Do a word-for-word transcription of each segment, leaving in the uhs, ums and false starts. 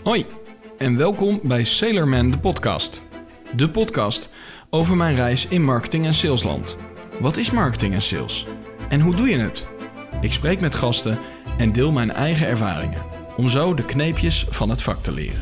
Hoi en welkom bij Sailorman de podcast. De podcast over mijn reis in marketing en salesland. Wat is marketing en sales? En hoe doe je het? Ik spreek met gasten en deel mijn eigen ervaringen. Om zo de kneepjes van het vak te leren.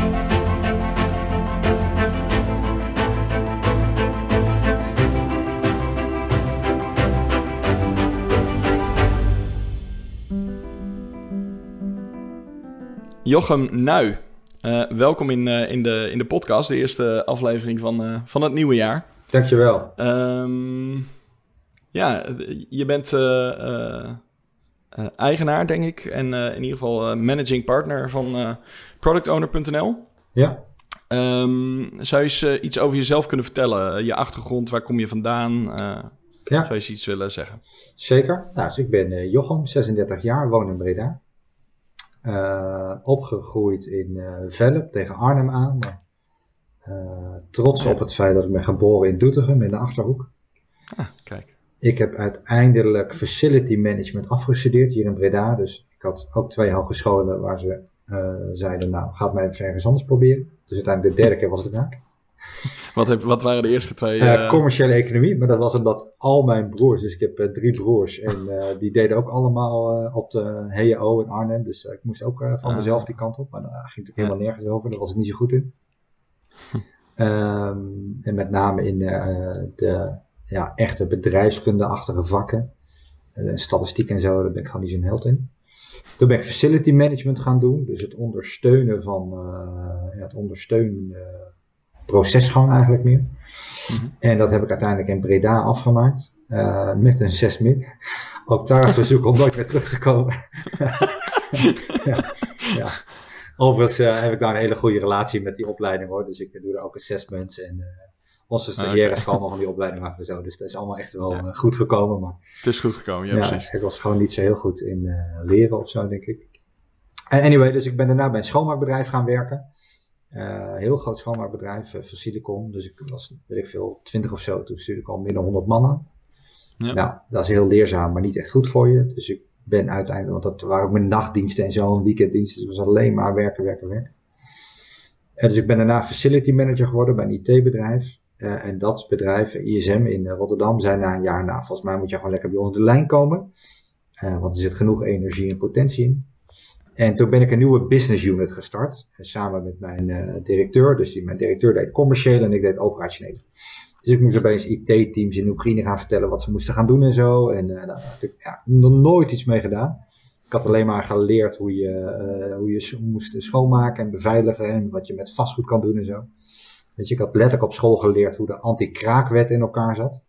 Jochem Nuij, uh, welkom in, uh, in, de, in de podcast, de eerste aflevering van, uh, van het nieuwe jaar. Dankjewel. Um, ja, je bent uh, uh, uh, eigenaar, denk ik, en uh, in ieder geval uh, managing partner van uh, product owner punt n l. Ja. Um, zou je eens uh, iets over jezelf kunnen vertellen? Uh, je achtergrond, waar kom je vandaan? Uh, ja. Zou je eens iets willen zeggen? Zeker. Nou, dus ik ben uh, Jochem, zesendertig jaar, woon in Breda. Uh, opgegroeid in uh, Velp, tegen Arnhem aan. Maar, uh, trots op het feit dat ik ben geboren in Doetinchem, in de Achterhoek. Ah, kijk. Ik heb uiteindelijk facility management afgestudeerd hier in Breda. Dus ik had ook twee hogescholen waar ze uh, zeiden, nou, ga het maar even ergens anders proberen. Dus uiteindelijk de derde keer was het raak. Wat, heb, wat waren de eerste twee? Uh, uh... commerciële economie, maar dat was omdat al mijn broers, dus ik heb uh, drie broers en uh, die deden ook allemaal uh, op de H E O in Arnhem, dus uh, ik moest ook uh, van uh, mezelf die kant op, maar daar ging ik helemaal ja. nergens over, daar was ik niet zo goed in. um, en met name in uh, de ja, echte bedrijfskunde-achtige vakken, uh, statistiek en zo, daar ben ik gewoon niet zo'n held in. Toen ben ik facility management gaan doen, dus het ondersteunen van, uh, ja, het ondersteunen uh, procesgang eigenlijk meer. Mm-hmm. En dat heb ik uiteindelijk in Breda afgemaakt. Uh, met een zes min. Ook daar is verzoek om nooit meer terug te komen. ja, ja. Overigens uh, heb ik daar een hele goede relatie met die opleiding hoor. Dus ik doe er ook assessments. En uh, onze stagiaires okay. komen van die opleiding af en zo. Dus dat is allemaal echt wel ja. uh, goed gekomen. Maar, het is goed gekomen, ja, ja precies. Ik was gewoon niet zo heel goed in uh, leren of zo, denk ik. Uh, anyway, dus ik ben daarna bij een schoonmaakbedrijf gaan werken. Uh, heel groot schoonmaakbedrijf uh, van Silicon. Dus ik was, weet ik veel, twintig of zo. Toen stuurde ik al meer dan honderd mannen. Ja. Nou, dat is heel leerzaam, maar niet echt goed voor je. Dus ik ben uiteindelijk, want dat waren ook mijn nachtdiensten en zo, en weekenddiensten. Dus het was alleen maar werken, werken, werken. Uh, dus ik ben daarna facility manager geworden bij een I T-bedrijf. Uh, en dat bedrijf, I S M in uh, Rotterdam, zei na een jaar, nou, volgens mij moet je gewoon lekker bij ons op de lijn komen. Uh, want er zit genoeg energie en potentie in. En toen ben ik een nieuwe business unit gestart. Samen met mijn uh, directeur. Dus die, mijn directeur deed commerciële en ik deed operationele. Dus ik moest opeens I T-teams in Oekraïne gaan vertellen wat ze moesten gaan doen en zo. En uh, daar had ik ja, nog nooit iets mee gedaan. Ik had alleen maar geleerd hoe je, uh, hoe je moest schoonmaken en beveiligen. En wat je met vastgoed kan doen en zo. Weet je, ik had letterlijk op school geleerd hoe de anti-kraakwet in elkaar zat.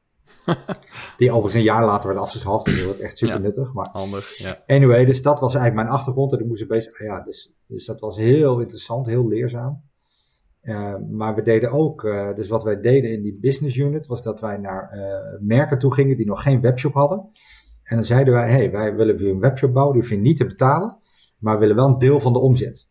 Die overigens een jaar later werd afgeschaft, dus dat was echt super ja, nuttig. Maar handig, ja. Anyway, dus dat was eigenlijk mijn achtergrond en ik moest er bezig. Ja, dus, dus dat was heel interessant, heel leerzaam. Uh, maar we deden ook, uh, dus wat wij deden in die business unit, was dat wij naar uh, merken toe gingen die nog geen webshop hadden. En dan zeiden wij, hey, wij willen voor een webshop bouwen, die hoef je niet te betalen, maar we willen wel een deel van de omzet.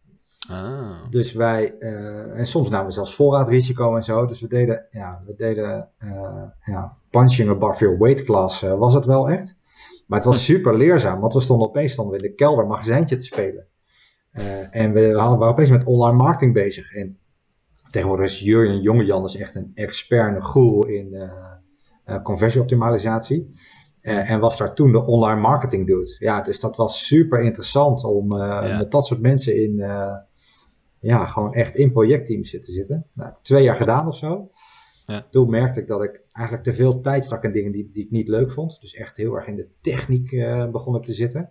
Ah. Dus wij, uh, en soms namen we zelfs voorraadrisico en zo. Dus we deden, ja, we deden, uh, ja, punching above your weight class uh, was het wel echt. Maar het was super leerzaam, want we stonden opeens stonden we in de kelder een magazijntje te spelen. Uh, en we waren opeens met online marketing bezig. En tegenwoordig is Jurjen Jongejan is echt een expert en een guru in uh, uh, conversieoptimalisatie. Uh, en was daar toen de online marketing dude. Ja, dus dat was super interessant om uh, ja. met dat soort mensen in... Uh, Ja, gewoon echt in projectteams zitten zitten. Nou, twee jaar gedaan of zo. Ja. Toen merkte ik dat ik eigenlijk te veel tijd stak in dingen die, die ik niet leuk vond. Dus echt heel erg in de techniek uh, begon ik te zitten.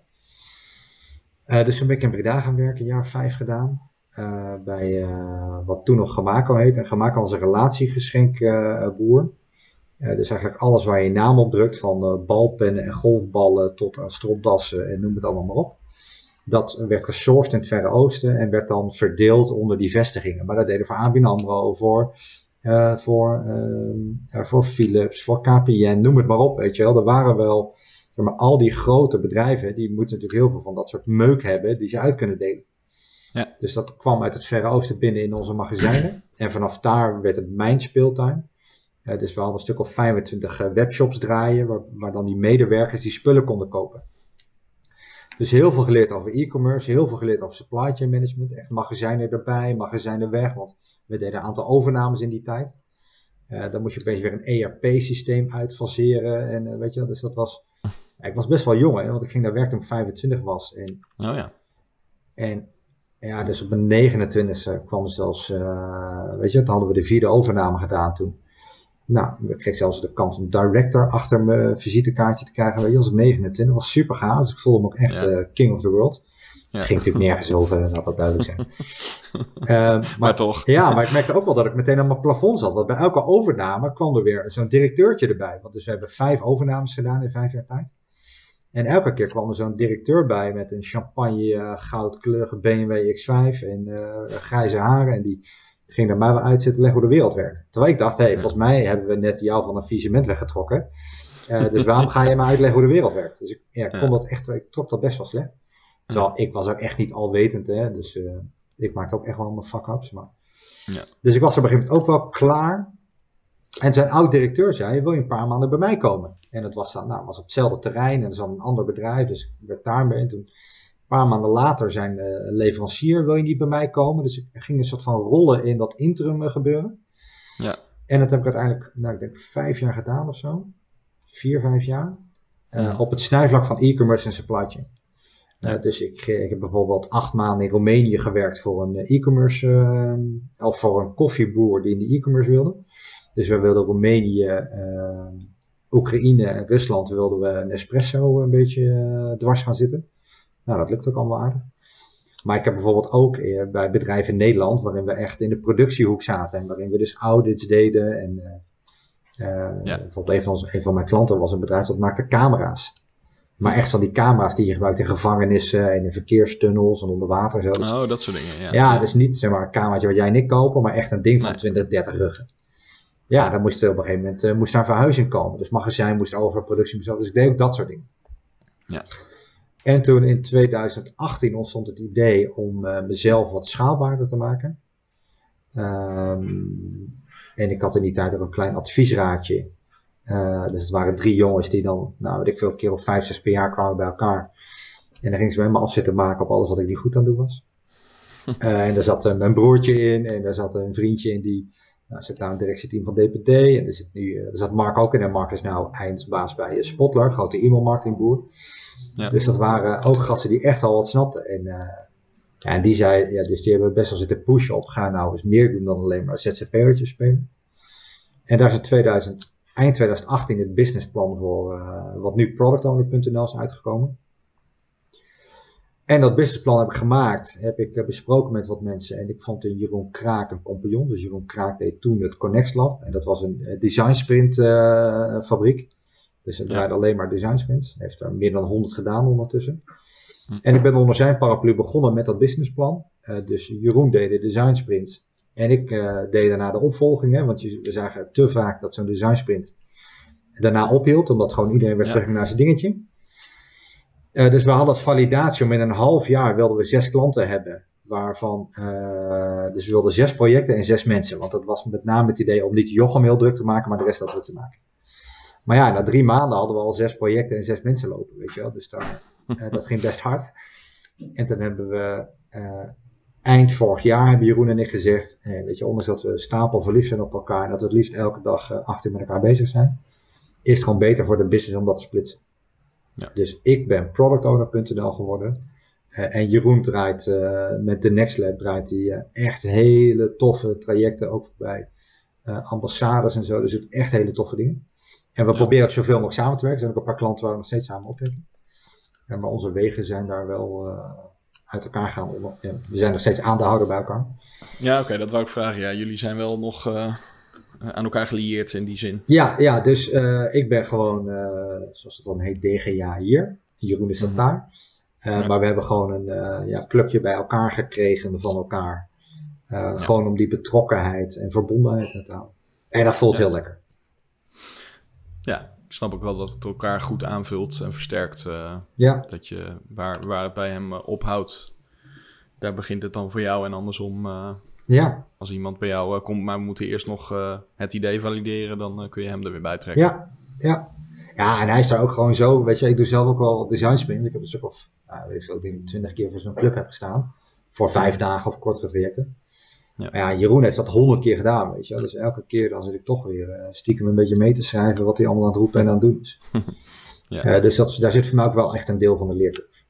Uh, dus toen ben ik in Breda gaan werken, een jaar of vijf gedaan. Uh, bij uh, wat toen nog Gemaco heet. En Gemaco was een relatiegeschenkboer. Uh, dus eigenlijk alles waar je je naam op drukt. Van uh, balpennen en golfballen tot aan stropdassen en noem het allemaal maar op. Dat werd gesourced in het Verre Oosten en werd dan verdeeld onder die vestigingen. Maar dat deden we voor A B N AMRO, voor, uh, voor, uh, voor Philips, voor K P N, noem het maar op, weet je wel. Er waren wel, zeg maar, al die grote bedrijven, die moeten natuurlijk heel veel van dat soort meuk hebben, die ze uit kunnen delen. Ja. Dus dat kwam uit het Verre Oosten binnen in onze magazijnen. En vanaf daar werd het mijn speeltuin. Uh, dus we hadden een stuk of vijfentwintig uh, webshops draaien, waar, waar dan die medewerkers die spullen konden kopen. Dus heel veel geleerd over e-commerce, heel veel geleerd over supply chain management. Echt magazijnen erbij, magazijnen weg, want we deden een aantal overnames in die tijd. Uh, dan moest je opeens weer een E R P-systeem uitfaseren en uh, weet je wel, dus dat was... Ja, ik was best wel jong, hè, want ik ging naar werk toen ik vijfentwintig was. En, oh ja. En ja, dus op mijn negenentwintigste kwam zelfs, uh, weet je, toen hadden we de vierde overname gedaan toen. Nou, ik kreeg zelfs de kans om director achter mijn visitekaartje te krijgen. Weet je, als ik negenentwintig was, super gaaf. Dus ik voelde me ook echt ja. uh, king of the world. Ja. Ging natuurlijk nergens over, laat dat duidelijk zijn. uh, maar, maar toch. Ja, maar ik merkte ook wel dat ik meteen aan mijn plafond zat. Want bij elke overname kwam er weer zo'n directeurtje erbij. Want dus we hebben vijf overnames gedaan in vijf jaar tijd. En elke keer kwam er zo'n directeur bij met een champagne uh, goudkleurige B M W X vijf en uh, grijze haren. En die ging naar mij wel uitzitten leggen hoe de wereld werkt. Terwijl ik dacht, hé, hey, volgens mij hebben we net jou van een visement weggetrokken. Uh, dus waarom ga je me uitleggen hoe de wereld werkt? Dus ik, ja, ik kon dat echt, ik trok dat best wel slecht. Terwijl ik was ook echt niet alwetend, hè. Dus uh, ik maakte ook echt wel mijn fuck-ups. Maar... Ja. Dus ik was er op een gegeven moment ook wel klaar. En zijn oud-directeur zei, wil je een paar maanden bij mij komen? En dat was dan, nou, was op hetzelfde terrein en er zat een ander bedrijf, dus ik werd daarmee. En toen, een paar maanden later, zijn uh, leverancier, wil je niet bij mij komen? Dus ik ging een soort van rollen in dat interim uh, gebeuren. Ja. En dat heb ik uiteindelijk, nou, ik denk vijf jaar gedaan of zo. Vier, vijf jaar. Uh, ja. Op het snijvlak van e-commerce en supply chain. Uh, ja. Dus ik, ik heb bijvoorbeeld acht maanden in Roemenië gewerkt voor een uh, e-commerce, uh, of voor een koffieboer die in de e-commerce wilde. Dus we wilden Roemenië, uh, Oekraïne en Rusland wilden we Nespresso een beetje uh, dwars gaan zitten. Nou, dat lukt ook allemaal aardig. Maar ik heb bijvoorbeeld ook uh, bij bedrijven in Nederland, waarin we echt in de productiehoek zaten en waarin we dus audits deden. En uh, uh, ja. bijvoorbeeld een van, ons, een van mijn klanten was een bedrijf dat maakte camera's. Maar echt van die camera's die je gebruikt in gevangenissen en in verkeerstunnels en onder water. Zo. Dus, oh, dat soort dingen, ja. Ja, dus niet zeg maar een cameraatje wat jij en ik kopen, maar echt een ding van nee. twintig, dertig ruggen. Ja, dan moest er op een gegeven moment uh, moest daar een verhuizing komen. Dus magazijn moest over, productie moest over. Dus ik deed ook dat soort dingen. Ja. En toen in twintig achttien ontstond het idee om uh, mezelf wat schaalbaarder te maken. Um, en ik had in die tijd ook een klein adviesraadje. Uh, dus het waren drie jongens die dan, nou weet ik veel, een keer of vijf, zes per jaar kwamen bij elkaar. En dan gingen ze bij me afzitten maken op alles wat ik niet goed aan doen was. uh, en daar zat uh, mijn broertje in en daar zat een vriendje in die... Nou, er zit nou een directieteam van D P D en er zit, nu, er zat Mark ook in. En Mark is nou eindbaas bij Spotler, grote e-mailmarketingboer. Ja. Dus dat waren ook gasten die echt al wat snapten. En, uh, ja, en die zei, ja, dus die hebben best wel zitten pushen op. Ga nou eens meer doen dan alleen maar Z Z P'ertjes spelen. En daar is in tweeduizend, eind twintig achttien het businessplan voor uh, wat nu product owner punt n l is uitgekomen. En dat businessplan heb ik gemaakt, heb ik uh, besproken met wat mensen. En ik vond in Jeroen Kraak een compagnon. Dus Jeroen Kraak deed toen het Connect Lab. En dat was een uh, design sprint uh, fabriek. Dus hij draaide ja. alleen maar design sprints. Hij heeft er meer dan honderd gedaan ondertussen. Hm. En ik ben onder zijn paraplu begonnen met dat businessplan. Uh, dus Jeroen deed de design sprints. En ik uh, deed daarna de opvolging. Hè, want je, we zagen te vaak dat zo'n design sprint daarna ophield. Omdat gewoon iedereen weer ja. terug naar zijn dingetje. Uh, dus we hadden als validatie om in een half jaar wilden we zes klanten hebben. Waarvan, uh, dus we wilden zes projecten en zes mensen. Want dat was met name het idee om niet Jochem heel druk te maken, maar de rest dat druk te maken. Maar ja, na drie maanden hadden we al zes projecten en zes mensen lopen, weet je wel. Dus daar, uh, dat ging best hard. En toen hebben we uh, eind vorig jaar, hebben Jeroen en ik gezegd, hey, weet je, ondanks dat we stapel verliefd zijn op elkaar en dat we het liefst elke dag uh, acht uur met elkaar bezig zijn, is het gewoon beter voor de business om dat te splitsen. Ja. Dus ik ben product owner punt n l geworden. Uh, en Jeroen draait uh, met The Next Lab draait hij uh, echt hele toffe trajecten, ook bij uh, ambassades en zo. Dus het echt hele toffe dingen. En we ja. proberen ook zoveel mogelijk samen te werken. Er zijn ook een paar klanten waar we nog steeds samen optrekken. Ja, maar onze wegen zijn daar wel uh, uit elkaar gaan. Ja, we zijn nog steeds aandeelhouder bij elkaar. Ja, oké, okay, dat wou ik vragen. Ja, jullie zijn wel nog uh, aan elkaar gelieerd in die zin. Ja, ja dus uh, ik ben gewoon, uh, zoals het dan heet, D G A hier. Jeroen is dat mm-hmm. daar. Uh, ja. Maar we hebben gewoon een uh, ja, plukje bij elkaar gekregen van elkaar. Uh, ja. Gewoon om die betrokkenheid en verbondenheid te houden. En dat voelt ja. heel lekker. Ja, ik snap ook wel dat het elkaar goed aanvult en versterkt. Uh, ja. Dat je, waar, waar het bij hem uh, ophoudt, daar begint het dan voor jou en andersom. Uh, ja. Als iemand bij jou uh, komt, maar we moeten eerst nog uh, het idee valideren, dan uh, kun je hem er weer bij trekken. Ja, ja. Ja, en hij is daar ook gewoon zo, weet je, ik doe zelf ook wel design sprints. Ik heb een stuk of, nou, weet ik veel, ik denk twintig keer voor zo'n club heb gestaan. Voor vijf dagen of kortere trajecten. Ja. Maar ja, Jeroen heeft dat honderd keer gedaan, weet je. Dus elke keer dan zit ik toch weer uh, stiekem een beetje mee te schrijven wat hij allemaal aan het roepen en aan het doen is. ja. uh, dus dat, daar zit voor mij ook wel echt een deel van de leercurve.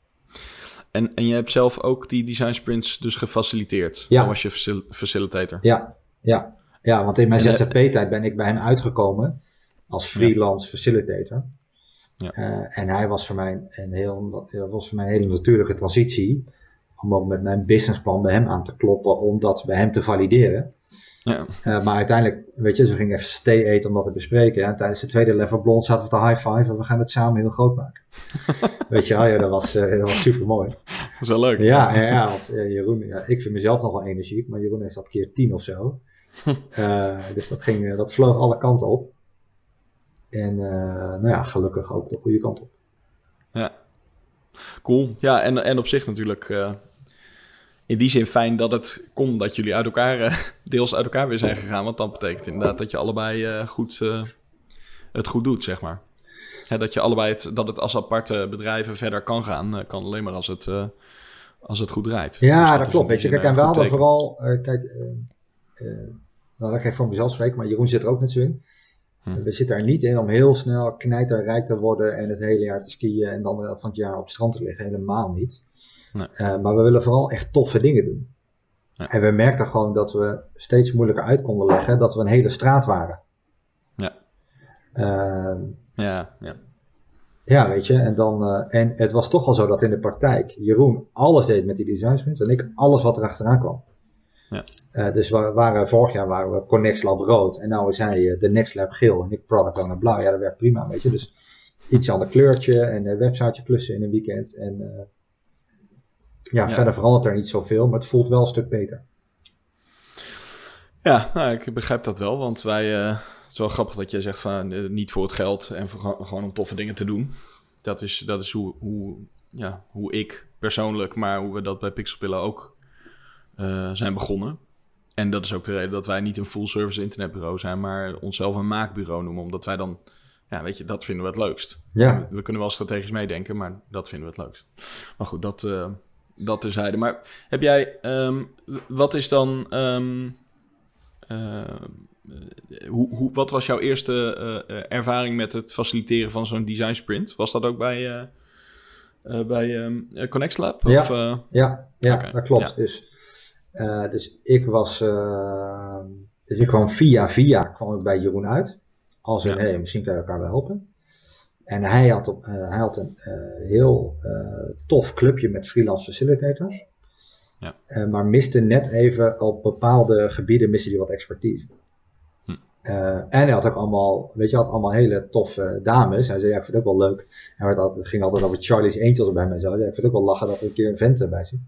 En, en je hebt zelf ook die design sprints dus gefaciliteerd? Ja. Dan was je facil- facilitator? Ja, ja. ja, want in mijn Z Z P-tijd ben ik bij hem uitgekomen als freelance ja. facilitator. Ja. Uh, en hij was voor mij een heel, dat was voor mij een hele natuurlijke transitie om ook met mijn businessplan bij hem aan te kloppen, om dat bij hem te valideren. Ja. Uh, maar uiteindelijk, weet je, ze gingen even thee eten om dat te bespreken. En tijdens de tweede level blond zaten we te high five en we gaan het samen heel groot maken. weet je wel, ja, dat was, uh, dat was super mooi. Dat is wel leuk. Ja, ja, ja want uh, Jeroen, ja, ik vind mezelf nog wel energiek, maar Jeroen heeft dat keer tien of zo. Uh, dus dat ging, uh, dat vloog alle kanten op. En uh, nou ja, gelukkig ook de goede kant op. Ja, cool. Ja, en, en op zich natuurlijk uh, in die zin fijn dat het kon dat jullie uit elkaar, uh, deels uit elkaar weer zijn gegaan. Want dat betekent inderdaad dat je allebei uh, goed, uh, het goed doet, zeg maar. Hè, dat je allebei het, dat het als aparte bedrijven verder kan gaan, uh, kan alleen maar als het, uh, als het goed draait. Ja, dus dat klopt. Weet je, kijk, en we hadden vooral, uh, kijk, uh, uh, nou, laat ik even voor mezelf spreken, maar Jeroen zit er ook net zo in. Hm. We zitten er niet in om heel snel knijterrijk te worden en het hele jaar te skiën en dan van het jaar op het strand te liggen. Helemaal niet. Nee. Uh, maar we willen vooral echt toffe dingen doen. Ja. En we merkten gewoon dat we steeds moeilijker uit konden leggen dat we een hele straat waren. Ja. Uh, ja, ja. Ja, weet je. En, dan, uh, en het was toch wel zo dat in de praktijk Jeroen alles deed met die design sprints en ik alles wat er achteraan kwam. Ja. Uh, dus we waren, vorig jaar waren we Connect Lab rood en nou is hij uh, de Next Lab geel en ik Product Owner blauw. Ja, dat werkt prima, weet je. Dus iets ander kleurtje en een websiteje klussen in een weekend. En uh, ja, ja, verder verandert er niet zoveel, maar het voelt wel een stuk beter. Ja, nou, ik begrijp dat wel, want wij, uh, het is wel grappig dat jij zegt van uh, niet voor het geld en voor, gewoon om toffe dingen te doen. Dat is, dat is hoe, hoe, ja, hoe ik persoonlijk, maar hoe we dat bij Pixelpillow ook uh, zijn begonnen. En dat is ook de reden dat wij niet een full-service internetbureau zijn, maar onszelf een maakbureau noemen. Omdat wij dan, ja, weet je, dat vinden we het leukst. Ja. We, we kunnen wel strategisch meedenken, maar dat vinden we het leukst. Maar goed, dat, uh, dat terzijde. Maar heb jij, um, wat is dan, um, uh, hoe, hoe, wat was jouw eerste uh, ervaring met het faciliteren van zo'n design sprint? Was dat ook bij, uh, uh, bij um, Connect Lab? Ja, of, uh... ja, ja okay. dat klopt. Ja. Dus... Uh, dus ik was, uh, dus ik kwam via via kwam ik bij Jeroen uit. Als in, ja. hey, misschien kan je elkaar wel helpen. En hij had, op, uh, hij had een uh, heel uh, tof clubje met freelance facilitators. Ja. Uh, maar miste net even op bepaalde gebieden miste hij wat expertise. Hm. Uh, en hij had ook allemaal, weet je, had allemaal hele toffe dames. Hij zei, ja, ik vind het ook wel leuk. Hij altijd, ging altijd over Charlie's Angels bij mij zo. Ja, ik vind het ook wel lachen dat er een keer een vent bij zit.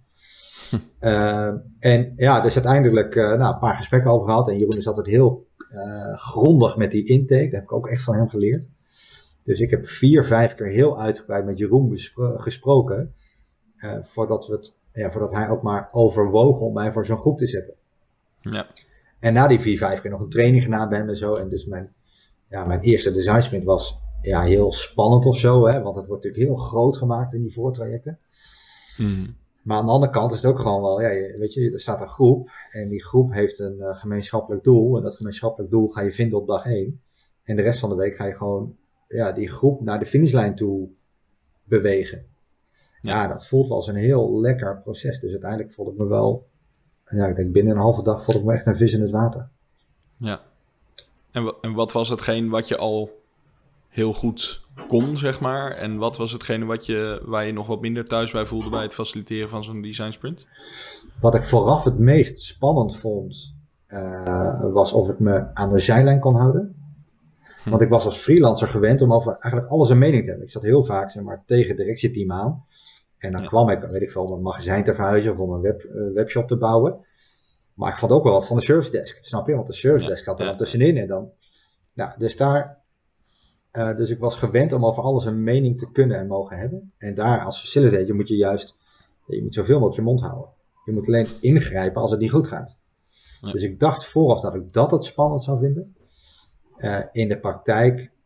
Uh, en ja, dus uiteindelijk uh, nou, een paar gesprekken over gehad. En Jeroen is altijd heel uh, grondig met die intake. Dat heb ik ook echt van hem geleerd. Dus ik heb vier, vijf keer heel uitgebreid met Jeroen bespro- gesproken. Uh, voordat, we het, ja, voordat hij ook maar overwoog om mij voor zo'n groep te zetten. Ja. En na die vier, vijf keer nog een training gedaan bij hem en zo. En dus mijn, ja, mijn eerste design sprint was ja, heel spannend of zo. Hè, want het wordt natuurlijk heel groot gemaakt in die voortrajecten. Hmm. Maar aan de andere kant is het ook gewoon wel, ja, weet je, er staat een groep en die groep heeft een uh, gemeenschappelijk doel. En dat gemeenschappelijk doel ga je vinden op dag één. En de rest van de week ga je gewoon ja, die groep naar de finishlijn toe bewegen. Ja, ja dat voelt wel als een heel lekker proces. Dus uiteindelijk voelde ik me wel, ja, ik denk binnen een halve dag voelde ik me echt een vis in het water. Ja. En, w- en wat was hetgeen wat je al heel goed kon, zeg maar? En wat was hetgene wat je, waar je nog wat minder thuis bij voelde bij het faciliteren van zo'n design sprint? Wat ik vooraf het meest spannend vond, uh, was of ik me aan de zijlijn kon houden. Hm. Want ik was als freelancer gewend om over eigenlijk alles een mening te hebben. Ik zat heel vaak, zeg maar, tegen het directieteam aan. En dan ja. kwam ik, weet ik veel, om een magazijn te verhuizen of om een web, uh, webshop te bouwen. Maar ik vond ook wel wat van de service desk, snap je? Want de service desk ja. had er ja. dan tussenin. En dan, ja, dus daar... Uh, dus ik was gewend om over alles een mening te kunnen en mogen hebben. En daar als facilitator moet je juist, je moet zoveel mogelijk je mond houden. Je moet alleen ingrijpen als het niet goed gaat. Ja. Dus ik dacht vooraf dat ik dat het spannend zou vinden. Uh, in de praktijk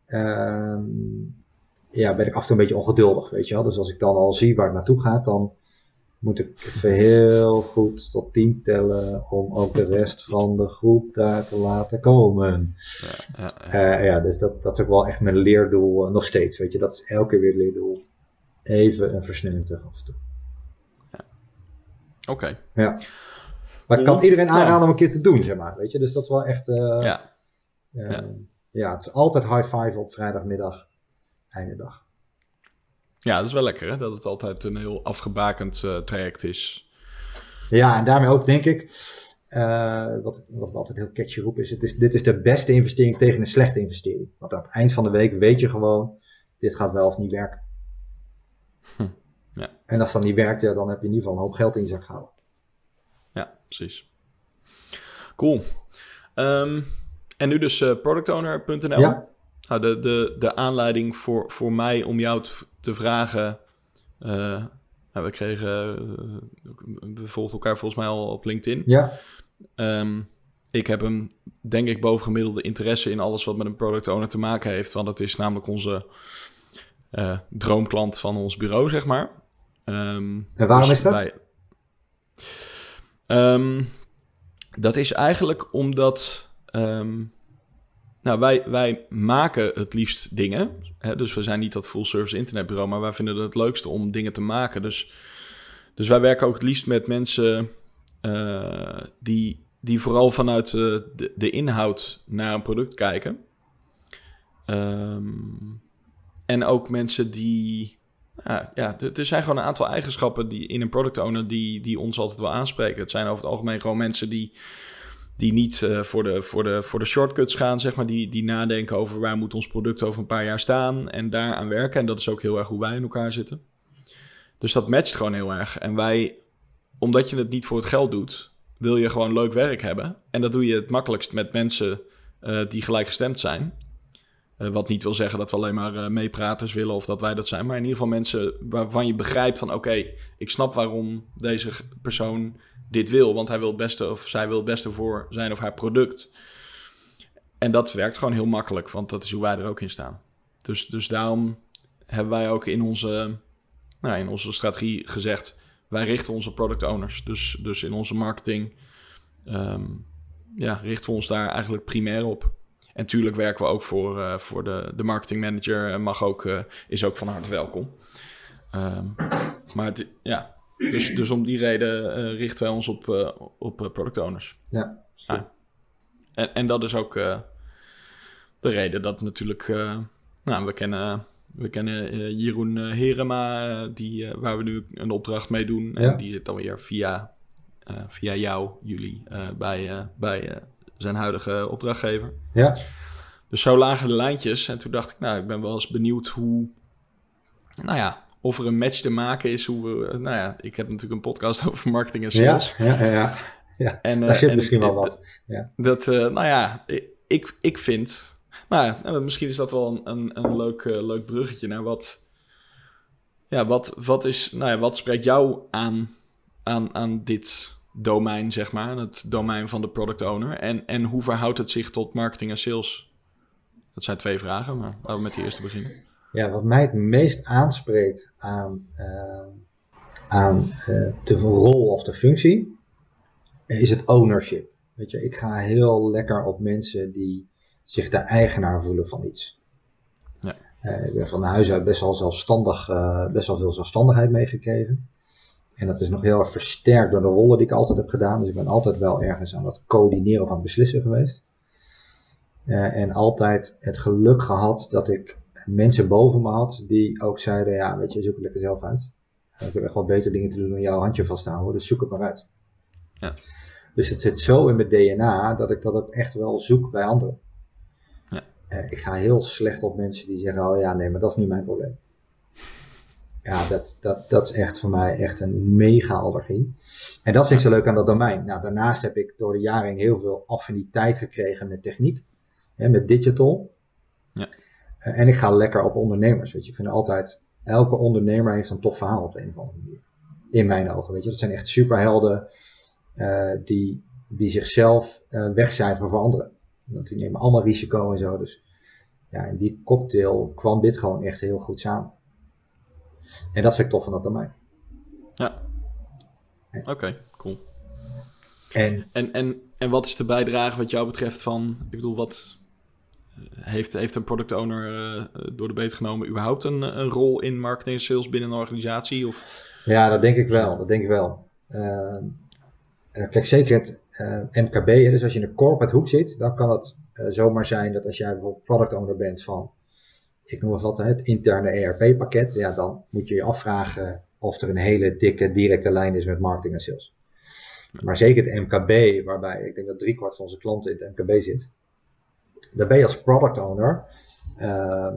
uh, ja, ben ik af en toe een beetje ongeduldig, weet je wel. Dus als ik dan al zie waar het naartoe gaat, dan moet ik even heel goed tot tien tellen om ook de rest van de groep daar te laten komen. Ja, ja, ja. Uh, ja dus dat, dat is ook wel echt mijn leerdoel uh, nog steeds, weet je. Dat is elke keer weer het leerdoel. Even een versnelling terug af en toe. Ja. Oké. Okay. Ja. Maar ik kan het iedereen aanraden om een keer te doen, zeg maar, weet je. Dus dat is wel echt... Uh, ja. Uh, ja. ja, het is altijd high five op vrijdagmiddag, einde dag. Ja, dat is wel lekker, hè? Dat het altijd een heel afgebakend uh, traject is. Ja, en daarmee ook denk ik, uh, wat, wat we altijd heel catchy roepen, is, het is: dit is de beste investering tegen een slechte investering. Want aan het eind van de week weet je gewoon, dit gaat wel of niet werken. Hm, ja. En als dat niet werkt, ja, dan heb je in ieder geval een hoop geld in je zak gehouden. Ja, precies. Cool. Um, en nu dus uh, productowner punt n l. Ja. Nou, de, de, de aanleiding voor, voor mij om jou te, te vragen... Uh, nou, we kregen... Uh, we volgen elkaar volgens mij al op LinkedIn. Ja. Um, ik heb een, denk ik, bovengemiddelde interesse in alles wat met een product owner te maken heeft. Want het is namelijk onze uh, droomklant van ons bureau, zeg maar. Um, en waarom dus is dat? Wij, um, dat is eigenlijk omdat... Um, Nou, wij, wij maken het liefst dingen. Hè? Dus we zijn niet dat full-service internetbureau, maar wij vinden het het leukste om dingen te maken. Dus, dus wij werken ook het liefst met mensen uh, die, die vooral vanuit uh, de, de inhoud naar een product kijken. Um, en ook mensen die... Ja, ja, er zijn gewoon een aantal eigenschappen die in een product owner die, die ons altijd wel aanspreken. Het zijn over het algemeen gewoon mensen die... die niet uh, voor, de, voor, de, voor de shortcuts gaan, zeg maar. Die, die nadenken over waar moet ons product over een paar jaar staan en daaraan werken. En dat is ook heel erg hoe wij in elkaar zitten. Dus dat matcht gewoon heel erg. En wij, omdat je het niet voor het geld doet, wil je gewoon leuk werk hebben. En dat doe je het makkelijkst met mensen uh, die gelijkgestemd zijn. Uh, wat niet wil zeggen dat we alleen maar uh, meepraters willen of dat wij dat zijn. Maar in ieder geval mensen waarvan je begrijpt van... oké, okay, ik snap waarom deze persoon... dit wil, want hij wil het beste of zij wil het beste voor zijn of haar product. En dat werkt gewoon heel makkelijk, want dat is hoe wij er ook in staan. Dus, dus daarom hebben wij ook in onze, nou, in onze strategie gezegd, wij richten onze product owners. Dus, dus in onze marketing um, ja, richten we ons daar eigenlijk primair op. En tuurlijk werken we ook voor, uh, voor de, de marketing manager, mag ook, uh, is ook van harte welkom. Um, maar het, ja... Dus, dus om die reden uh, richten wij ons op, uh, op uh, product owners. Ja. Ah. En, en dat is ook uh, de reden dat natuurlijk... Uh, nou, we kennen, we kennen uh, Jeroen uh, Herema, uh, die, uh, waar we nu een opdracht mee doen. Ja. En die zit dan weer via, uh, via jou, jullie, uh, bij, uh, bij uh, zijn huidige opdrachtgever. Ja. Dus zo lagen de lijntjes. En toen dacht ik, nou, ik ben wel eens benieuwd hoe... Nou ja... of er een match te maken is. Hoe we, nou ja, ik heb natuurlijk een podcast over marketing en sales. Ja, ja, ja. ja. En, uh, daar zit en, misschien wel en, wat. Ja. Dat, uh, nou ja, ik, ik vind... Nou ja, misschien is dat wel een, een, een leuk, uh, leuk bruggetje naar wat... Ja, wat, wat is... Nou ja, wat spreekt jou aan, aan, aan dit domein, zeg maar? Het domein van de product owner. En, en hoe verhoudt het zich tot marketing en sales? Dat zijn twee vragen, maar laten we met die eerste beginnen. Ja, wat mij het meest aanspreekt aan, uh, aan uh, de rol of de functie, is het ownership. Weet je, ik ga heel lekker op mensen die zich de eigenaar voelen van iets. Ja. Uh, ik ben van huis uit best wel zelfstandig, uh, best wel veel zelfstandigheid meegekregen. En dat is nog heel erg versterkt door de rollen die ik altijd heb gedaan. Dus ik ben altijd wel ergens aan het coördineren of aan het beslissen geweest. Uh, en altijd het geluk gehad dat ik mensen boven me had die ook zeiden, ja, weet je, zoek het lekker zelf uit. Uh, ik heb echt wel beter dingen te doen dan jouw handje vast te houden, dus zoek het maar uit. Ja. Dus het zit zo in mijn D N A dat ik dat ook echt wel zoek bij anderen. Ja. Uh, ik ga heel slecht op mensen die zeggen, oh ja, nee, maar dat is niet mijn probleem. Ja, dat, dat, dat is echt voor mij echt een mega allergie. En dat vind ik zo leuk aan dat domein. Nou, daarnaast heb ik door de jaren heen heel veel affiniteit gekregen met techniek. Hè, met digital. Ja. Uh, en ik ga lekker op ondernemers. Weet je, ik vind altijd, elke ondernemer heeft een tof verhaal op de een of andere manier. In mijn ogen, weet je. Dat zijn echt superhelden uh, die, die zichzelf uh, wegcijferen voor anderen. Want die nemen allemaal risico en zo. Dus Ja, en die cocktail kwam dit gewoon echt heel goed samen. En dat vind ik tof van dat domein. Ja, oké, okay, cool. En, en, en, en wat is de bijdrage wat jou betreft van, ik bedoel, wat heeft, heeft een product owner uh, door de beet genomen überhaupt een, een rol in marketing en sales binnen een organisatie? Of? Ja, dat denk ik wel, dat denk ik wel. Uh, kijk, zeker het uh, M K B, dus als je in de corporate hoek zit, dan kan het uh, zomaar zijn dat als jij bijvoorbeeld product owner bent van, ik noem het wat, het interne E R P-pakket, ja, dan moet je je afvragen of er een hele dikke directe lijn is met marketing en sales. Maar zeker het M K B, waarbij ik denk dat driekwart van onze klanten in het M K B zit, daar ben je als product owner uh,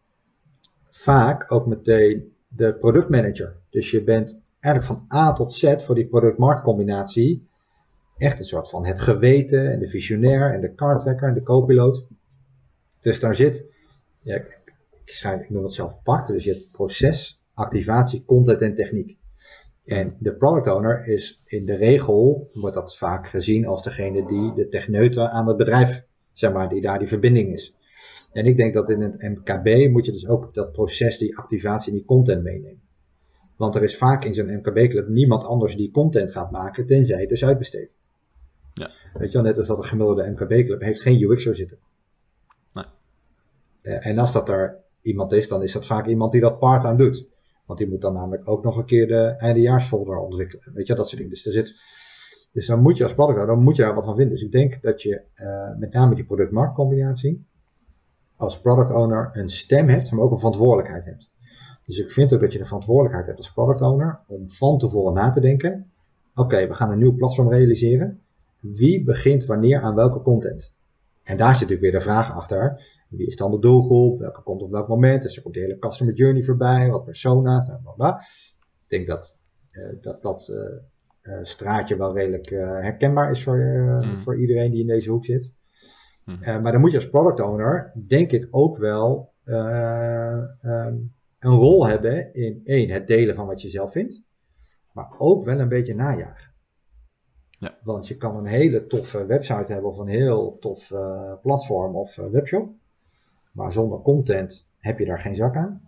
vaak ook meteen de productmanager. Dus je bent eigenlijk van A tot Z voor die product-marktcombinatie echt een soort van het geweten en de visionair en de kartrekker en de co-piloot. Dus daar zit, ja, ik, ik, schrijf, ik noem het zelf pakt, dus je hebt proces, activatie, content en techniek. En de product owner is in de regel, wordt dat vaak gezien als degene die de techneuten aan het bedrijf, zeg maar, die daar die verbinding is. En ik denk dat in het M K B moet je dus ook dat proces, die activatie en die content meenemen. Want er is vaak in zo'n M K B-club niemand anders die content gaat maken, tenzij het dus uitbesteedt. Ja. Weet je wel, net als dat een gemiddelde M K B-club heeft geen U X'er zitten. Nee. Uh, en als dat er iemand is, dan is dat vaak iemand die dat part-time doet. Want die moet dan namelijk ook nog een keer de eindejaarsfolder ontwikkelen. Weet je, dat soort dingen. Dus, er zit, dus dan moet je als product owner, dan moet je daar wat van vinden. Dus ik denk dat je uh, met name die product-marktcombinatie als product owner een stem hebt, maar ook een verantwoordelijkheid hebt. Dus ik vind ook dat je de verantwoordelijkheid hebt als product owner om van tevoren na te denken. Oké, okay, we gaan een nieuw platform realiseren. Wie begint wanneer aan welke content? En daar zit natuurlijk weer de vraag achter. Wie is dan de doelgroep? Welke komt op welk moment? Dus er komt de hele customer journey voorbij. Wat persona's? Bla bla bla. Ik denk dat uh, dat, dat uh, uh, straatje wel redelijk uh, herkenbaar is voor, uh, mm. voor iedereen die in deze hoek zit. Mm. Uh, maar dan moet je als product owner, denk ik, ook wel uh, um, een rol hebben in één, het delen van wat je zelf vindt. Maar ook wel een beetje najagen. Ja. Want je kan een hele toffe website hebben of een heel tof uh, platform of uh, webshop. Maar zonder content heb je daar geen zak aan.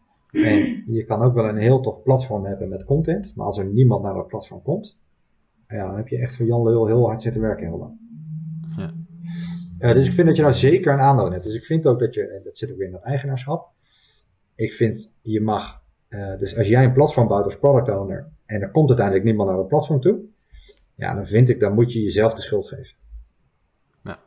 En je kan ook wel een heel tof platform hebben met content. Maar als er niemand naar dat platform komt, ja, dan heb je echt voor Jan Lul heel hard zitten werken heel lang. Ja. Uh, dus ik vind dat je daar zeker een aandeel in hebt. Dus ik vind ook dat je, en dat zit ook weer in dat eigenaarschap. Ik vind, je mag, uh, dus als jij een platform bouwt als product owner en er komt uiteindelijk niemand naar het platform toe, ja, dan vind ik, dan moet je jezelf de schuld geven. Ja.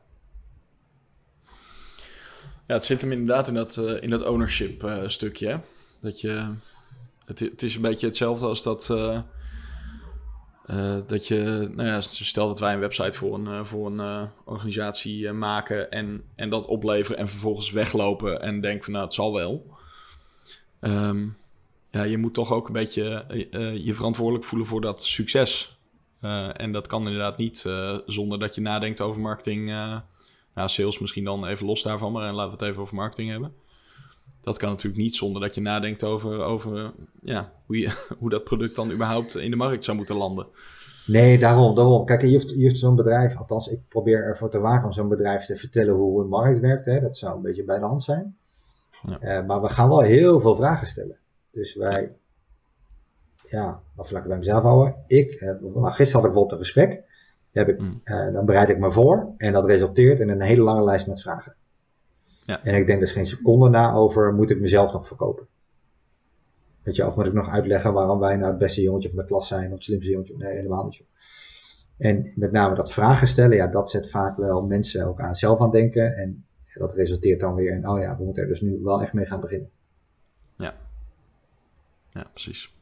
Ja, het zit hem inderdaad in dat, uh, in dat ownership uh, stukje. Hè? Dat je, het, het is een beetje hetzelfde als dat, uh, uh, dat je, nou ja, stel dat wij een website voor een, uh, voor een uh, organisatie uh, maken en, en dat opleveren en vervolgens weglopen en denken van nou, het zal wel. Um, ja, je moet toch ook een beetje uh, je verantwoordelijk voelen voor dat succes. Uh, en dat kan inderdaad niet uh, zonder dat je nadenkt over marketing. Uh, nou, sales misschien dan even los daarvan, maar laten we het even over marketing hebben. Dat kan natuurlijk niet zonder dat je nadenkt over, over ja, hoe, je, hoe dat product dan überhaupt in de markt zou moeten landen. Nee, daarom, daarom. Kijk, je hoeft, je hoeft zo'n bedrijf, althans ik probeer ervoor te waken om zo'n bedrijf te vertellen hoe een markt werkt. Hè. Dat zou een beetje bij de hand zijn. Ja. Uh, maar we gaan wel heel veel vragen stellen. Dus wij... Ja, of laat ik bij mezelf houden. Ik, uh, nou, gisteren had ik bijvoorbeeld een gesprek. Heb ik, uh, dan bereid ik me voor. En dat resulteert in een hele lange lijst met vragen. Ja. En ik denk dus geen seconde na over, moet ik mezelf nog verkopen? Weet je, of moet ik nog uitleggen waarom wij nou het beste jongetje van de klas zijn. Of het slimste jongetje. Nee, helemaal niet. En met name dat vragen stellen. Ja, dat zet vaak wel mensen ook aan zelf aan denken. En dat resulteert dan weer in, oh ja, we moeten er dus nu wel echt mee gaan beginnen. Ja. Ja, precies.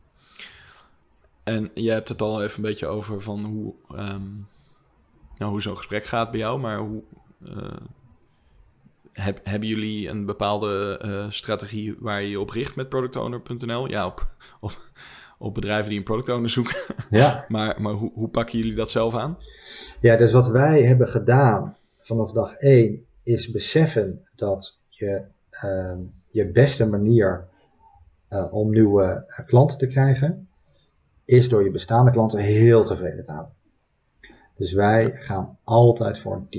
En je hebt het al even een beetje over van hoe, um, nou, hoe zo'n gesprek gaat bij jou, maar hoe uh, heb, hebben jullie een bepaalde uh, strategie waar je je op richt met product owner punt n l? Ja, op, op, op bedrijven die een product owner zoeken. Ja. maar maar hoe, hoe pakken jullie dat zelf aan? Ja, dus wat wij hebben gedaan vanaf dag één is beseffen dat je uh, je beste manier uh, om nieuwe uh, klanten te krijgen is door je bestaande klanten heel tevreden te houden. Dus wij gaan altijd voor een team.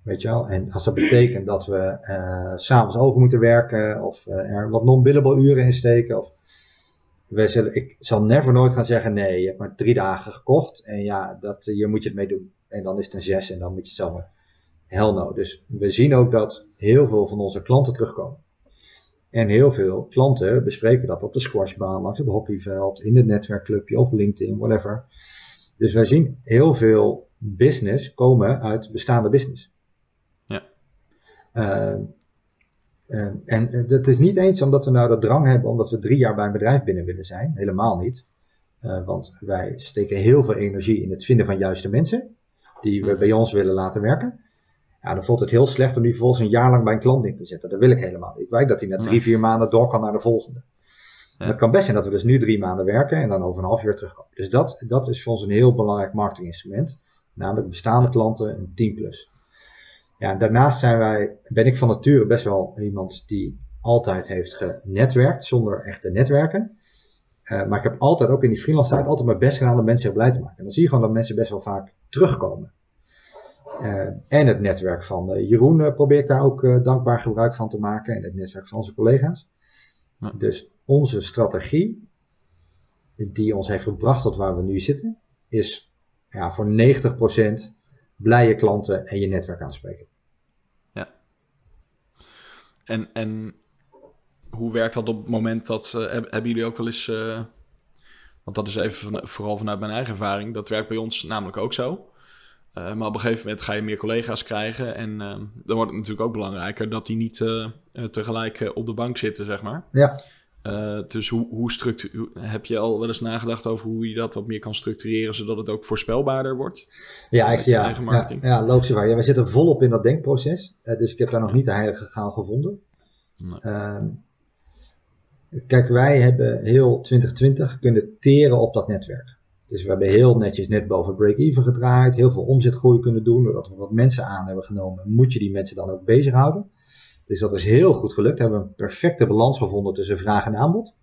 Weet je wel? En als dat betekent dat we uh, 's avonds over moeten werken of uh, er wat non-billable uren in steken. Of, wij zullen, ik zal never nooit gaan zeggen, nee, je hebt maar drie dagen gekocht en ja, dat, hier moet je het mee doen. En dan is het een zes en dan moet je het zelf maar. Hell no. Dus we zien ook dat heel veel van onze klanten terugkomen. En heel veel klanten bespreken dat op de squashbaan, langs het hockeyveld, in het netwerkclubje of LinkedIn, whatever. Dus wij zien heel veel business komen uit bestaande business. Ja. Uh, uh, en het is niet eens omdat we nou de drang hebben omdat we drie jaar bij een bedrijf binnen willen zijn. Helemaal niet. Uh, want wij steken heel veel energie in het vinden van juiste mensen die we bij ons willen laten werken. Ja, dan voelt het heel slecht om die vervolgens een jaar lang bij een klant neer te zetten. Dat wil ik helemaal niet. Ik weet dat hij na drie, vier maanden door kan naar de volgende. Ja. Het kan best zijn dat we dus nu drie maanden werken en dan over een half jaar terugkomen. Dus dat, dat is voor ons een heel belangrijk marketinginstrument. Namelijk bestaande klanten, een tien plus. Ja, daarnaast zijn wij, ben ik van nature best wel iemand die altijd heeft genetwerkt, zonder echt te netwerken. Uh, maar ik heb altijd, ook in die freelance tijd, altijd mijn best gedaan om mensen heel blij te maken. En dan zie je gewoon dat mensen best wel vaak terugkomen. Uh, en het netwerk van uh, Jeroen uh, probeer ik daar ook uh, dankbaar gebruik van te maken. En het netwerk van onze collega's. Ja. Dus onze strategie, die ons heeft gebracht tot waar we nu zitten, is ja, voor negentig procent blije klanten en je netwerk aanspreken. Ja. En, en hoe werkt dat op het moment dat, uh, hebben jullie ook wel eens, uh, want dat is even van, vooral vanuit mijn eigen ervaring, dat werkt bij ons namelijk ook zo. Uh, maar op een gegeven moment ga je meer collega's krijgen en uh, dan wordt het natuurlijk ook belangrijker dat die niet uh, uh, tegelijk uh, op de bank zitten, zeg maar. Ja. Uh, dus hoe, hoe structu- heb je al wel eens nagedacht over hoe je dat wat meer kan structureren, zodat het ook voorspelbaarder wordt? Ja, ik, ja, ja, ja, logische vraag. Ja, wij zitten volop in dat denkproces, uh, dus ik heb daar nog ja. niet de heilige graal gevonden. Nee. Uh, kijk, wij hebben heel twintig twintig kunnen teren op dat netwerk. Dus we hebben heel netjes net boven break-even gedraaid, heel veel omzetgroei kunnen doen, doordat we wat mensen aan hebben genomen, moet je die mensen dan ook bezighouden. Dus dat is heel goed gelukt. We hebben een perfecte balans gevonden tussen vraag en aanbod.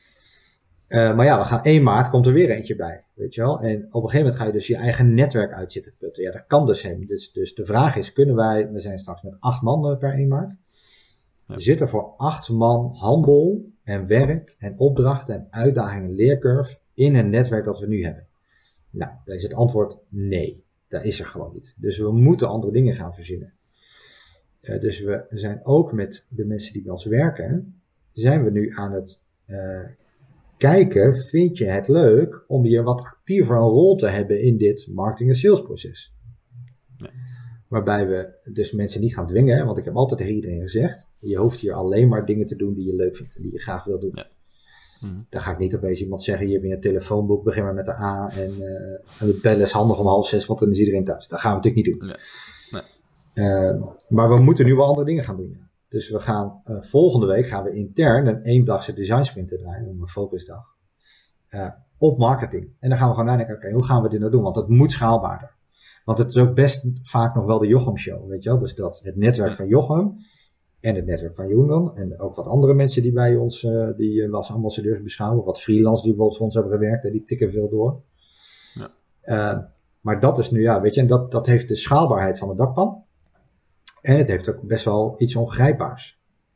Uh, maar ja, we gaan één maart, komt er weer eentje bij, weet je wel. En op een gegeven moment ga je dus je eigen netwerk uit zitten putten. Ja, dat kan dus helemaal. Dus, dus de vraag is, kunnen wij, we zijn straks met acht man per één maart. Ja. Er zitten voor acht man handel en werk en opdrachten en uitdagingen en leercurve in een netwerk dat we nu hebben. Nou, daar is het antwoord nee. Dat is er gewoon niet. Dus we moeten andere dingen gaan verzinnen. Uh, dus we zijn ook met de mensen die bij ons werken, zijn we nu aan het uh, kijken, vind je het leuk om hier wat actiever een rol te hebben in dit marketing- en salesproces. Nee. Waarbij we dus mensen niet gaan dwingen, hè, want ik heb altijd tegen iedereen gezegd, je hoeft hier alleen maar dingen te doen die je leuk vindt en die je graag wil doen. Ja. Mm-hmm. Dan ga ik niet opeens iemand zeggen, hier heb je een telefoonboek, begin maar met de A en, uh, en de bellen is handig om half zes, want dan is iedereen thuis. Dat gaan we natuurlijk niet doen. Nee. Nee. Uh, maar we moeten nu wel andere dingen gaan doen. Ja. Dus we gaan uh, volgende week gaan we intern een eendagse design sprint draaien, een focusdag, uh, op marketing. En dan gaan we gewoon nadenken, oké, okay, hoe gaan we dit nou doen? Want het moet schaalbaarder. Want het is ook best vaak nog wel de Jochem show, weet je wel? Dus dat het netwerk van Jochem en het netwerk van Johan en ook wat andere mensen die bij ons, uh, die uh, als ambassadeurs beschouwen, wat freelance die bijvoorbeeld voor ons hebben gewerkt, hè, die tikken veel door. Ja. Uh, maar dat is nu, ja, weet je, en dat, dat heeft de schaalbaarheid van de dakpan. En het heeft ook best wel iets ongrijpbaars.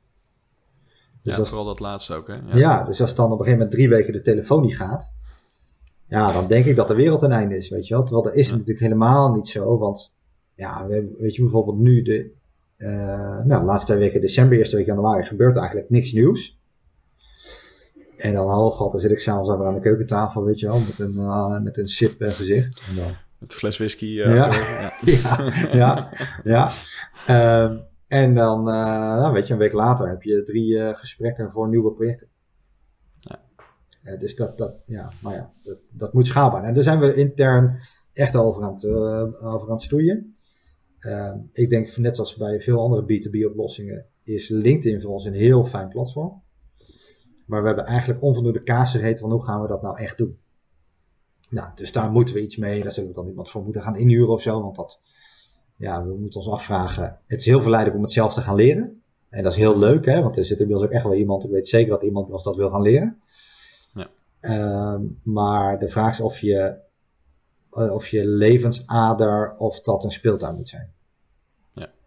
Dus ja, als, vooral dat laatste ook, hè? Ja. ja, dus als dan op een gegeven moment drie weken de telefoon niet gaat, ja, dan denk ik dat de wereld een einde is, weet je wel. Terwijl dat is ja. natuurlijk helemaal niet zo, want ja, weet je, bijvoorbeeld nu de, uh, nou, de laatste twee weken december, eerste week januari, gebeurt eigenlijk niks nieuws. En dan, oh god, dan zit ik s'avonds over aan de keukentafel, weet je wel, met een, uh, met een sip uh, gezicht. En dan, met een fles whisky. Uh, ja. ja, ja, ja. Uh, en dan, uh, nou, weet je, een week later heb je drie uh, gesprekken voor nieuwe projecten. Ja. Uh, dus dat, dat, ja, maar ja, dat, dat moet schaalbaar. En daar zijn we intern echt over aan het, uh, over aan het stoeien. Uh, ik denk, net als bij veel andere B twee B oplossingen, is LinkedIn voor ons een heel fijn platform. Maar we hebben eigenlijk onvoldoende kaas gegeten van hoe gaan we dat nou echt doen. Nou, dus daar moeten we iets mee. Daar zullen we dan iemand voor moeten gaan inhuren of zo. Want dat, ja, we moeten ons afvragen. Het is heel verleidelijk om het zelf te gaan leren. En dat is heel leuk, hè. Want er zit inmiddels ook echt wel iemand. Ik weet zeker dat iemand was dat wil gaan leren. Ja. Uh, maar de vraag is of je, uh, of je levensader, of dat een speeltuin moet zijn. Ja.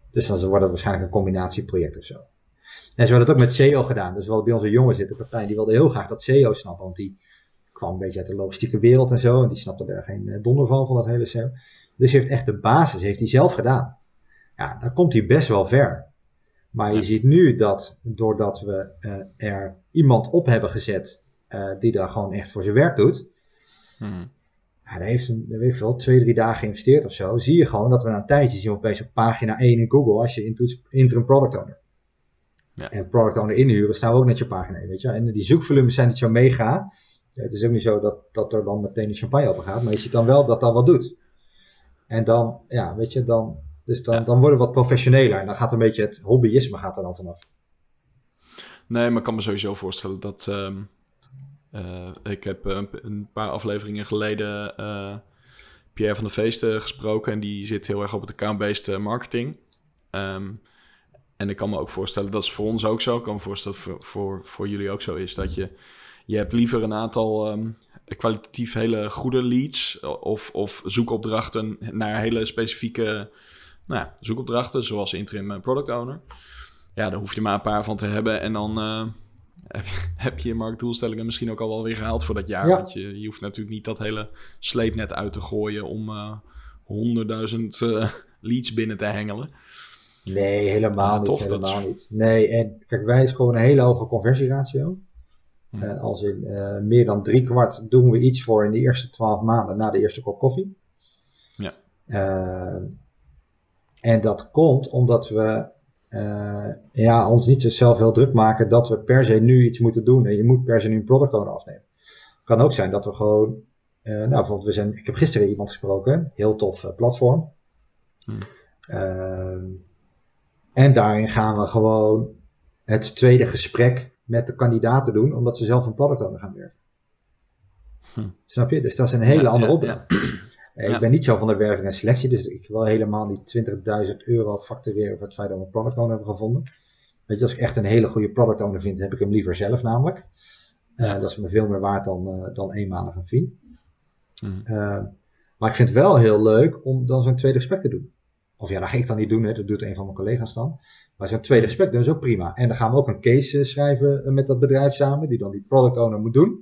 Dus dan wordt het waarschijnlijk een combinatieproject of zo. En ze hadden het ook met S E O gedaan. Dus we hadden bij onze jongen zitten, partij, die wilde heel graag dat S E O snappen. Want die kwam een beetje uit de logistieke wereld en zo. En die snapte er geen donder van, van dat hele S E O. Dus hij heeft echt de basis, heeft hij zelf gedaan. Ja, dan komt hij best wel ver. Maar je ziet nu dat, doordat we uh, er iemand op hebben gezet, uh, die daar gewoon echt voor zijn werk doet. Hmm. Ja, daar heeft een, weet ik veel, twee, drie dagen geïnvesteerd of zo. Zie je gewoon dat we na een tijdje zien we opeens op pagina één in Google, als je intoetst interim product owner. Ja. En product owner inhuren staan we ook net je pagina één, weet je. En die zoekvolumes zijn niet zo mega. Het is ook niet zo dat, dat er dan meteen de champagne open gaat, maar je ziet dan wel dat dat wat doet. En dan, ja, weet je, dan, dus dan, ja. dan worden we wat professioneler. En dan gaat een beetje het hobbyisme gaat er dan vanaf. Nee, maar ik kan me sowieso voorstellen dat... Um, uh, ik heb een, een paar afleveringen geleden uh, Pierre van der Veesten gesproken. En die zit heel erg op het account-based marketing. Um, en ik kan me ook voorstellen, dat is voor ons ook zo. Ik kan me voorstellen dat voor, voor, voor jullie ook zo is. Dat je, je hebt liever een aantal... Um, kwalitatief hele goede leads of, of zoekopdrachten naar hele specifieke nou ja, zoekopdrachten, zoals interim product owner. Ja, daar hoef je maar een paar van te hebben en dan uh, heb, je, heb je je marktdoelstellingen misschien ook al wel weer gehaald voor dat jaar. Ja. Want je, je hoeft natuurlijk niet dat hele sleepnet uit te gooien om uh, honderdduizend uh, leads binnen te hengelen. Nee, helemaal uh, niet. Toch, helemaal niet. Nee, en kijk, wij is gewoon een hele hoge conversieratio. Uh, als in uh, meer dan drie kwart doen we iets voor in de eerste twaalf maanden na de eerste kop koffie. Ja. Uh, en dat komt omdat we uh, ja, ons niet zelf heel druk maken dat we per se nu iets moeten doen. En je moet per se nu een product owner afnemen. Het kan ook zijn dat we gewoon, uh, nou bijvoorbeeld we zijn, ik heb gisteren iemand gesproken, heel tof uh, platform. Hmm. Uh, en daarin gaan we gewoon het tweede gesprek met de kandidaten doen, omdat ze zelf een product owner gaan werven. Hm. Snap je? Dus dat is een hele ja, andere ja, opdracht. Ja. Ik ja. ben niet zo van de werving en selectie, dus ik wil helemaal niet twintigduizend euro factureren voor het feit dat we een product owner hebben gevonden. Weet je, als ik echt een hele goede product owner vind, heb ik hem liever zelf namelijk. Ja. Uh, dat is me veel meer waard dan, uh, dan eenmalig een fee. Hm. Uh, maar ik vind het wel heel leuk om dan zo'n tweede gesprek te doen. Of ja, dat ga ik dan niet doen, hè. Dat doet een van mijn collega's dan. Maar zo'n tweede gesprek doen is ook prima. En dan gaan we ook een case schrijven met dat bedrijf samen, die dan die product owner moet doen.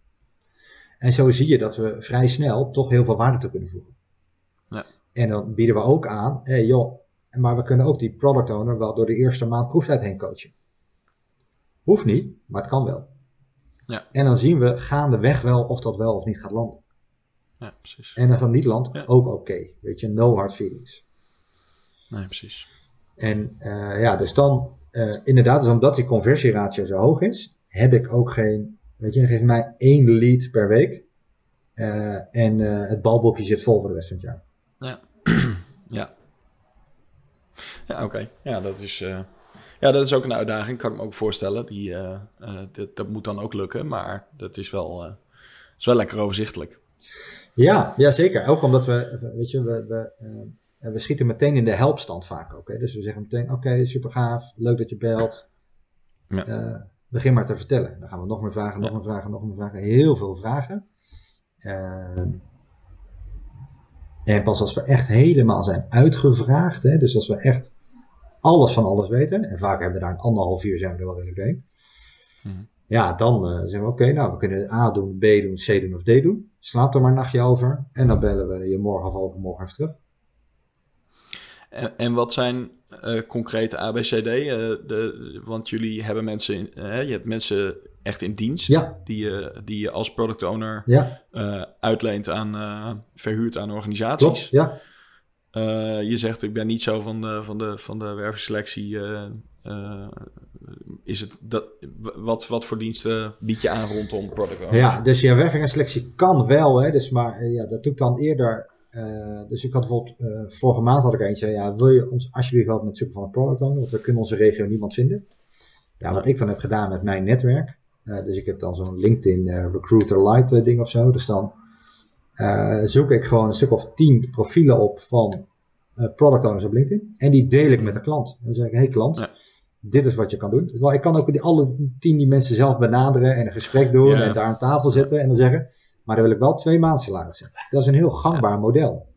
En zo zie je dat we vrij snel toch heel veel waarde toe kunnen voegen. Ja. En dan bieden we ook aan, hé hey joh, maar we kunnen ook die product owner wel door de eerste maand proeftijd heen coachen. Hoeft niet, maar het kan wel. Ja. En dan zien we gaandeweg wel of dat wel of niet gaat landen. Ja, precies. En als dat niet landt, ja. ook oké. Okay. Weet je, no hard feelings. Nee, precies. En uh, ja, dus dan, uh, inderdaad, dus omdat die conversieratio zo hoog is, heb ik ook geen, weet je, geef mij één lead per week. Uh, en uh, het balboekje zit vol voor de rest van het jaar. Ja, ja. Ja, oké. Okay. Ja, dat is, uh, ja, dat is ook een uitdaging, kan ik me ook voorstellen. Die, uh, uh, dat, dat moet dan ook lukken, maar dat is wel, uh, is wel lekker overzichtelijk. Ja, ja, zeker. Ook omdat we, weet je, we... we uh, En we schieten meteen in de helpstand vaak ook. Hè? Dus we zeggen meteen, oké, okay, super gaaf, leuk dat je belt. Ja. Uh, begin maar te vertellen. Dan gaan we nog meer vragen, nog ja. meer vragen, nog meer vragen. Heel veel vragen. Uh, en pas als we echt helemaal zijn uitgevraagd, hè? Dus als we echt alles van alles weten. En vaak hebben we daar een anderhalf uur zijn we er wel redelijk heen. Hmm. Ja, dan uh, zeggen we, oké, okay, nou, we kunnen A doen, B doen, C doen of D doen. Slaap er maar een nachtje over. En dan bellen we je morgen of overmorgen even terug. En, en wat zijn uh, concrete A B C D? Uh, de, want jullie hebben mensen, in, uh, je hebt mensen echt in dienst, ja. die, uh, die je als product owner ja. uh, uitleent aan, uh, verhuurt aan organisaties. Klopt, ja. Uh, je zegt, ik ben niet zo van de, van de, van de wervingsselectie. Uh, uh, is het dat, wat, wat voor diensten bied je aan rondom product owner? Ja, dus je werving en selectie kan wel, hè, dus maar uh, ja, dat doe ik dan eerder. Uh, dus ik had bijvoorbeeld, uh, vorige maand had ik eentje, ja, wil je ons alsjeblieft helpen met het zoeken van een product owner, want we kunnen onze regio niemand vinden. Ja, wat ik dan heb gedaan met mijn netwerk, uh, dus ik heb dan zo'n LinkedIn uh, Recruiter Lite uh, ding of zo, dus dan uh, zoek ik gewoon een stuk of tien profielen op van uh, product owners op LinkedIn en die deel ik met de klant. En dan zeg ik, hey klant, ja. dit is wat je kan doen. Terwijl ik kan ook die, alle tien die mensen zelf benaderen en een gesprek doen ja. en daar aan tafel zetten en dan zeggen, maar dan wil ik wel twee maanden salaris hebben. Dat is een heel gangbaar ja. model.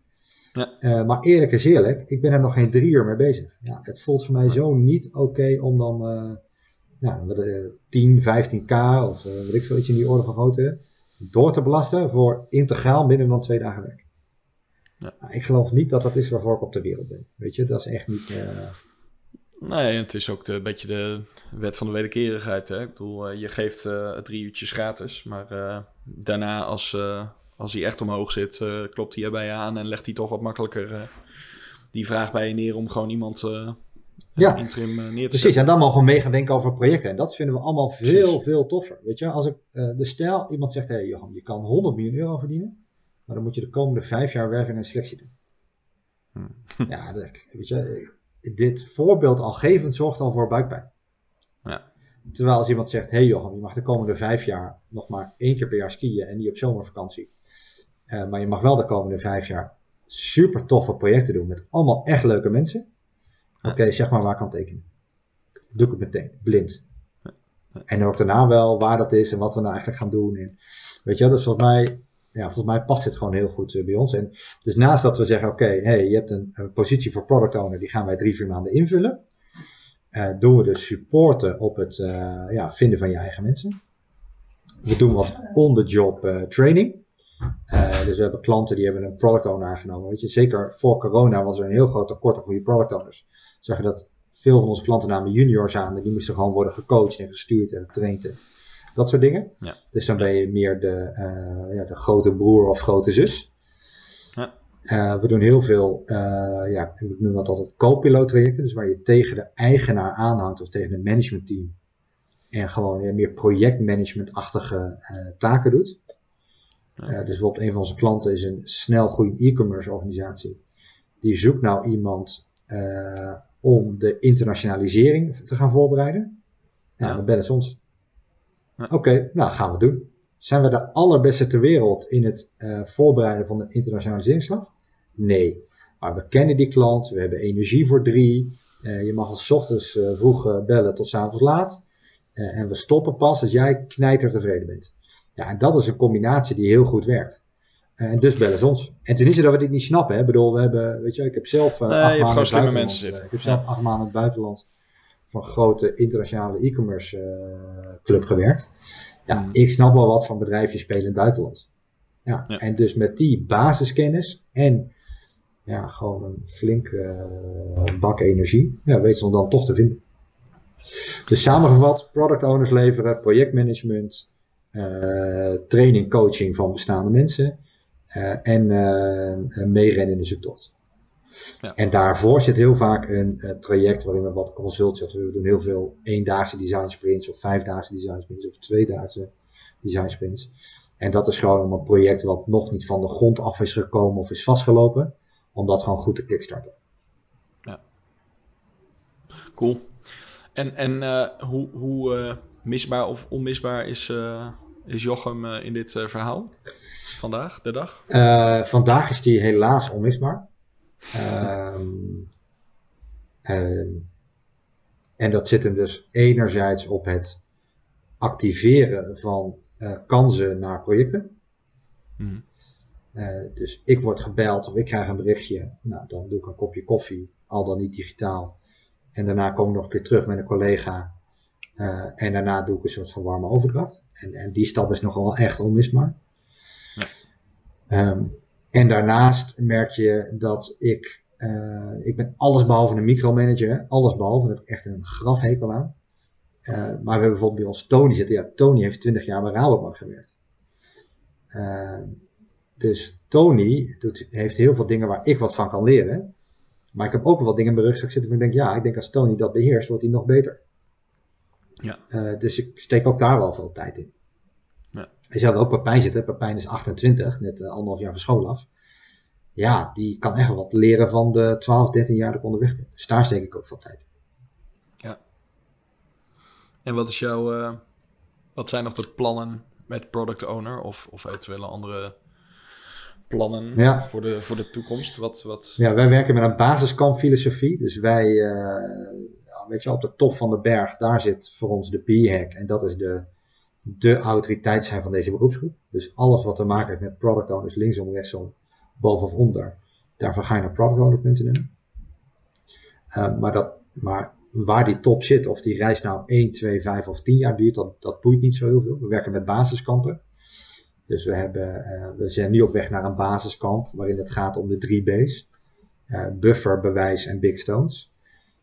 Ja. Uh, maar eerlijk is eerlijk, ik ben er nog geen drie uur mee bezig. Ja, het voelt voor mij zo niet oké okay om dan uh, nou, tien, vijftien k of uh, weet ik veel iets in die orde van grootte door te belasten voor integraal minder dan twee dagen werk. Ja. Nou, ik geloof niet dat dat is waarvoor ik op de wereld ben. Weet je, dat is echt niet... Uh... Nee, het is ook de, een beetje de wet van de wederkerigheid. Hè? Ik bedoel, uh, je geeft uh, drie uurtjes gratis, maar uh, daarna als... Uh, Als hij echt omhoog zit, uh, klopt hij er bij je aan en legt hij toch wat makkelijker uh, die vraag bij je neer om gewoon iemand uh, ja, interim uh, neer te precies, zetten. En dan mogen we mee gaan denken over projecten. En dat vinden we allemaal veel, precies. veel toffer. Weet je, als ik uh, de stel, iemand zegt, hé hey, Johan, je kan honderd miljoen euro verdienen, maar dan moet je de komende vijf jaar werving en selectie doen. Hmm. Ja, weet je, dit voorbeeld al gevend zorgt al voor buikpijn. Ja. Terwijl als iemand zegt, hé hey Johan, je mag de komende vijf jaar nog maar één keer per jaar skiën en niet op zomervakantie. Uh, maar je mag wel de komende vijf jaar super toffe projecten doen met allemaal echt leuke mensen. Oké, okay, ja. zeg maar waar ik kan tekenen. Doe ik het meteen, blind. Ja. Ja. En ook daarna wel waar dat is en wat we nou eigenlijk gaan doen. En, weet je wel, dus volgens mij, ja, volgens mij past dit gewoon heel goed uh, bij ons. En dus naast dat we zeggen, oké, okay, hey, je hebt een, een positie voor product owner, die gaan wij drie, vier maanden invullen. Uh, doen we dus supporten op het uh, ja, vinden van je eigen mensen. We doen wat on-the-job uh, training. Uh, dus we hebben klanten die hebben een product owner aangenomen. Weet je, zeker voor corona was er een heel groot tekort aan goede product owners. We zagen dat veel van onze klanten namen juniors aan en die moesten gewoon worden gecoacht en gestuurd en getraind en dat soort dingen. Ja. Dus dan ben je meer de, uh, ja, de grote broer of grote zus. Ja. Uh, we doen heel veel, uh, ja, ik noem dat altijd co-pilot trajecten, dus waar je tegen de eigenaar aanhangt of tegen het managementteam en gewoon ja, meer projectmanagement-achtige uh, taken doet. Uh, dus bijvoorbeeld een van onze klanten is een snel groeiende e-commerce organisatie. Die zoekt nou iemand uh, om de internationalisering te gaan voorbereiden. Ja, ja. Dan bellen ze ons. Ja. Oké, okay, nou gaan we doen. Zijn we de allerbeste ter wereld in het uh, voorbereiden van de internationaliseringsslag? Nee. Maar we kennen die klant, we hebben energie voor drie. Uh, je mag ons 's ochtends uh, vroeg uh, bellen tot 's avonds laat. Uh, en we stoppen pas als jij knijter tevreden bent. Ja, en dat is een combinatie die heel goed werkt. Uh, en dus bellen ze ons. En het is niet zo dat we dit niet snappen. Hè? Ik bedoel, we hebben, weet je, ik heb zelf uh, nee, acht je maanden hebt in het buitenland. mensen Uh, ik heb zelf ja. acht maanden in het buitenland voor een grote internationale e-commerce uh, club gewerkt. Ja, mm. ik snap wel wat van bedrijfjes spelen in het buitenland. Ja, ja. En dus met die basiskennis en ja, gewoon een flinke uh, bak energie, ja, weet ze ons dan toch te vinden. Dus samengevat, product owners leveren, projectmanagement, Uh, training, coaching van bestaande mensen uh, en uh, meerennen in de zoektocht. Ja. En daarvoor zit heel vaak een uh, traject waarin we wat consulten. We doen heel veel eendaagse design sprints of vijfdaagse design sprints of tweedaagse design sprints. En dat is gewoon om een project wat nog niet van de grond af is gekomen of is vastgelopen, om dat gewoon goed te kickstarten. Ja. Cool. En, en uh, hoe... hoe uh... misbaar of onmisbaar is, uh, is Jochem uh, in dit uh, verhaal? Vandaag, de dag? Uh, vandaag is die helaas onmisbaar. um, um, en dat zit hem dus enerzijds op het activeren van uh, kansen naar projecten. Mm. Uh, dus ik word gebeld of ik krijg een berichtje. Nou, dan doe ik een kopje koffie, al dan niet digitaal. En daarna kom ik nog een keer terug met een collega. Uh, en daarna doe ik een soort van warme overdracht. En, en die stap is nogal echt onmisbaar. Ja. Um, en daarnaast merk je dat ik... Uh, ik ben alles behalve een micromanager. Hè? Alles behalve. Daar heb ik echt een grafhekel aan. Uh, maar we hebben bijvoorbeeld bij ons Tony zitten. Ja, Tony heeft twintig jaar bij Rabobank gewerkt. Uh, dus Tony doet, heeft heel veel dingen waar ik wat van kan leren. Maar ik heb ook wel wat dingen in mijn rugzak zitten. Waar ik denk, ja, ik denk als Tony dat beheerst, wordt hij nog beter. Ja. Uh, dus ik steek ook daar wel veel tijd in. Ja. En zo ook Pepijn zitten. Pepijn is achtentwintig, net uh, anderhalf jaar van school af. Ja, die kan echt wel wat leren van de twaalf, dertien jaar dat ik onderweg ben. Dus daar steek ik ook veel tijd in. Ja. En wat is jouw, uh, wat zijn nog de plannen met product owner of, of eventuele andere plannen ja. voor, de, voor de toekomst? Wat, wat... Ja, wij werken met een basiskampfilosofie. Dus wij, uh, weet je, op de top van de berg, daar zit voor ons de B-hack. En dat is de, de autoriteit zijn van deze beroepsgroep. Dus alles wat te maken heeft met product owners, linksom, rechtsom, boven of onder. Daarvoor ga je naar product owner punt n l. Uh, maar, dat, maar waar die top zit, of die reis nou één, twee, vijf of tien jaar duurt, dat, dat boeit niet zo heel veel. We werken met basiskampen. Dus we, hebben, uh, we zijn nu op weg naar een basiskamp waarin het gaat om de drie B's. Uh, buffer, bewijs en big stones.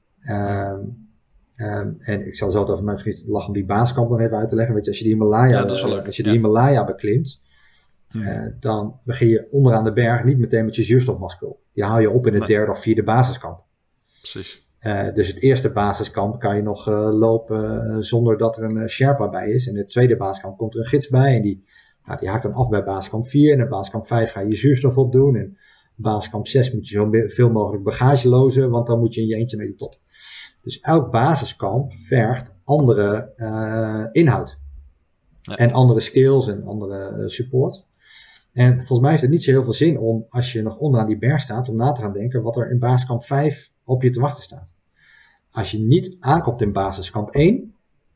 Um, um, en ik zal zo het over mijn vriend lag om die basiskamp nog even uit te leggen. Weet je, als je die Himalaya, ja, uh, als je de ja. Himalaya beklimt, Hmm. uh, dan begin je onderaan de berg niet meteen met je zuurstofmasker op. Die haal je op in het Nee. derde of vierde basiskamp. Precies. Uh, dus het eerste basiskamp kan je nog uh, lopen uh, zonder dat er een uh, Sherpa bij is. En in het tweede basiskamp komt er een gids bij en die, nou, die haakt dan af bij basiskamp vier. En in basiskamp vijf ga je je zuurstof opdoen. En basiskamp zes moet je zoveel mogelijk bagage lozen, want dan moet je in je eentje naar die top. Dus elk basiskamp vergt andere uh, inhoud. Ja. En andere skills en andere uh, support. En volgens mij heeft het niet zo heel veel zin om, als je nog onderaan die berg staat, om na te gaan denken wat er in basiskamp vijf op je te wachten staat. Als je niet aankomt in basiskamp één,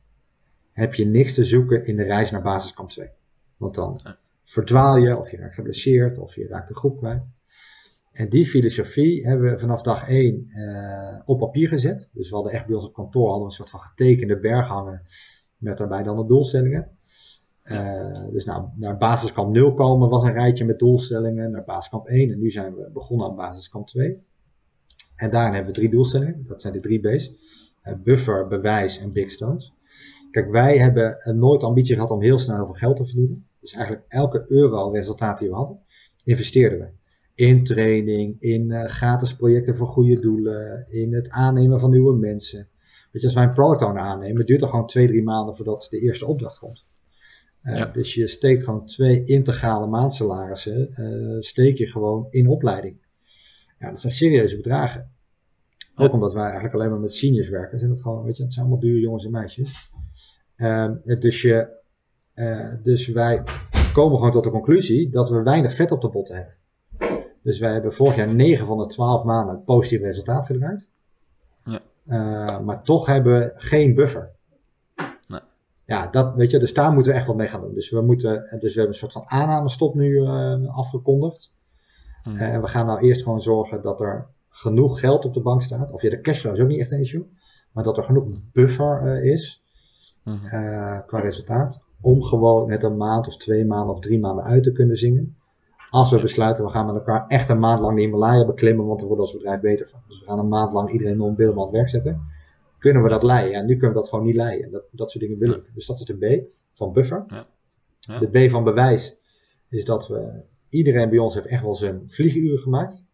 heb je niks te zoeken in de reis naar basiskamp twee. Want dan ja. verdwaal je, of je raakt geblesseerd, of je raakt de groep kwijt. En die filosofie hebben we vanaf dag één uh, op papier gezet. Dus we hadden echt bij ons op kantoor hadden we een soort van getekende berg hangen, met daarbij dan de doelstellingen. Uh, dus nou, naar basiskamp nul komen was een rijtje met doelstellingen, naar basiskamp één. En nu zijn we begonnen aan basiskamp twee. En daarin hebben we drie doelstellingen, dat zijn de drie B's. Uh, buffer, bewijs en big stones. Kijk, wij hebben uh, nooit ambitie gehad om heel snel heel veel geld te verdienen. Dus eigenlijk elke euro resultaat die we hadden, investeerden we. In training, in uh, gratis projecten voor goede doelen, in het aannemen van nieuwe mensen. Weet je, als wij een product owner aannemen, het duurt er gewoon twee, drie maanden voordat de eerste opdracht komt. Uh, ja. Dus je steekt gewoon twee integrale maandsalarissen, uh, steek je gewoon in opleiding. Ja, dat zijn serieuze bedragen. Ook ja. omdat wij eigenlijk alleen maar met seniors werken, zijn dat gewoon, weet je, het zijn allemaal dure jongens en meisjes. Uh, dus, je, uh, dus wij komen gewoon tot de conclusie dat we weinig vet op de botten hebben. Dus wij hebben vorig jaar negen van de twaalf maanden een positief resultaat gedraaid. Ja. Uh, maar toch hebben we geen buffer. Nee. Ja, dat, weet je, dus daar moeten we echt wat mee gaan doen. Dus we, moeten, dus we hebben een soort van aannamestop nu uh, afgekondigd. Hmm. Uh, en we gaan nou eerst gewoon zorgen dat er genoeg geld op de bank staat. Of ja, de cashflow is ook niet echt een issue. Maar dat er genoeg buffer uh, is uh, qua resultaat. Om gewoon net een maand of twee maanden of drie maanden uit te kunnen zingen. Als we besluiten, we gaan met elkaar echt een maand lang de Himalaya beklimmen, want daar worden we als bedrijf beter van. Dus we gaan een maand lang iedereen non-beelden aan het werk zetten. Kunnen we dat leiden? Ja, nu kunnen we dat gewoon niet leiden. Dat, dat soort dingen willen we. Dus dat is de B van buffer. Ja. Ja. De B van bewijs is dat we, iedereen bij ons heeft echt wel zijn vlieguren gemaakt.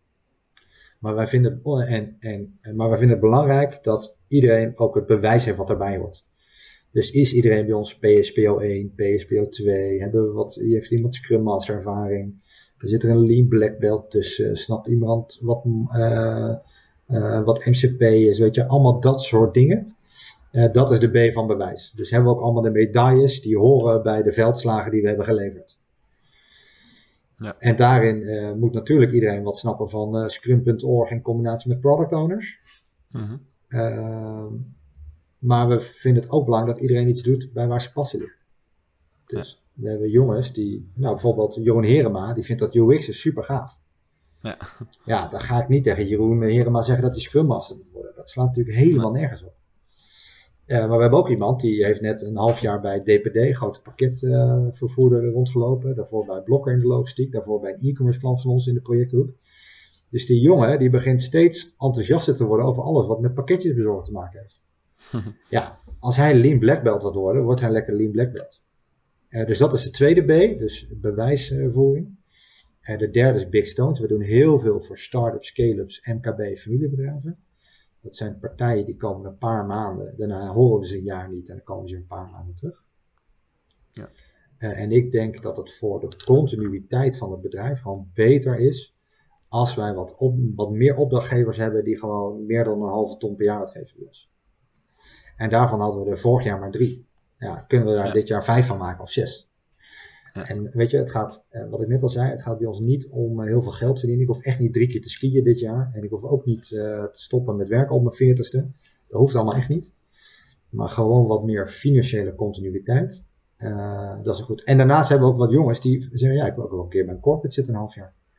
Maar wij vinden, en, en, maar wij vinden het belangrijk dat iedereen ook het bewijs heeft wat daarbij hoort. Dus is iedereen bij ons P S P O één, P S P O twee, hebben we wat, heeft iemand Scrum Master ervaring, er zit er een Lean Black Belt tussen, snapt iemand wat, uh, uh, wat M C P is, weet je, allemaal dat soort dingen. Uh, dat is de B van bewijs. Dus hebben we ook allemaal de medailles die horen bij de veldslagen die we hebben geleverd. Ja. En daarin uh, moet natuurlijk iedereen wat snappen van uh, Scrum punt org in combinatie met product owners. Mm-hmm. Uh, Maar we vinden het ook belangrijk dat iedereen iets doet bij waar zijn passie ligt. Dus ja. we hebben jongens die, nou bijvoorbeeld Jeroen Herema, die vindt dat U X is super gaaf. Ja. ja, dan ga ik niet tegen Jeroen Herema zeggen dat hij Scrum Master moet worden. Dat slaat natuurlijk helemaal ja. nergens op. Uh, maar we hebben ook iemand die heeft net een half jaar bij D P D, grote pakketvervoerder, uh, rondgelopen. Daarvoor bij Blokker in de logistiek, daarvoor bij een e-commerce klant van ons in de projecthoek. Dus die jongen die begint steeds enthousiaster te worden over alles wat met pakketjes bezorgen te maken heeft. Ja, als hij Lean Black Belt wil worden, wordt hij lekker Lean Black Belt. Uh, dus dat is de tweede B, dus bewijsvoering. Uh, de derde is Big Stones. We doen heel veel voor start-ups, scale-ups, M K B, familiebedrijven. Dat zijn partijen die komen een paar maanden, daarna horen we ze een jaar niet en dan komen ze een paar maanden terug. Ja. Uh, en ik denk dat het voor de continuïteit van het bedrijf gewoon beter is als wij wat, op, wat meer opdrachtgevers hebben die gewoon meer dan een halve ton per jaar uitgeven bij ons. En daarvan hadden we er vorig jaar maar drie. Ja, kunnen we daar ja. dit jaar vijf van maken of zes. Ja. En weet je, het gaat, wat ik net al zei, het gaat bij ons niet om heel veel geld verdienen. Ik hoef echt niet drie keer te skiën dit jaar. En ik hoef ook niet uh, te stoppen met werken op mijn veertigste. Dat hoeft allemaal echt niet. Maar gewoon wat meer financiële continuïteit. Uh, dat is goed. En daarnaast hebben we ook wat jongens die zeggen, ja, ik wil ook wel een keer bij een corporate zitten een half jaar.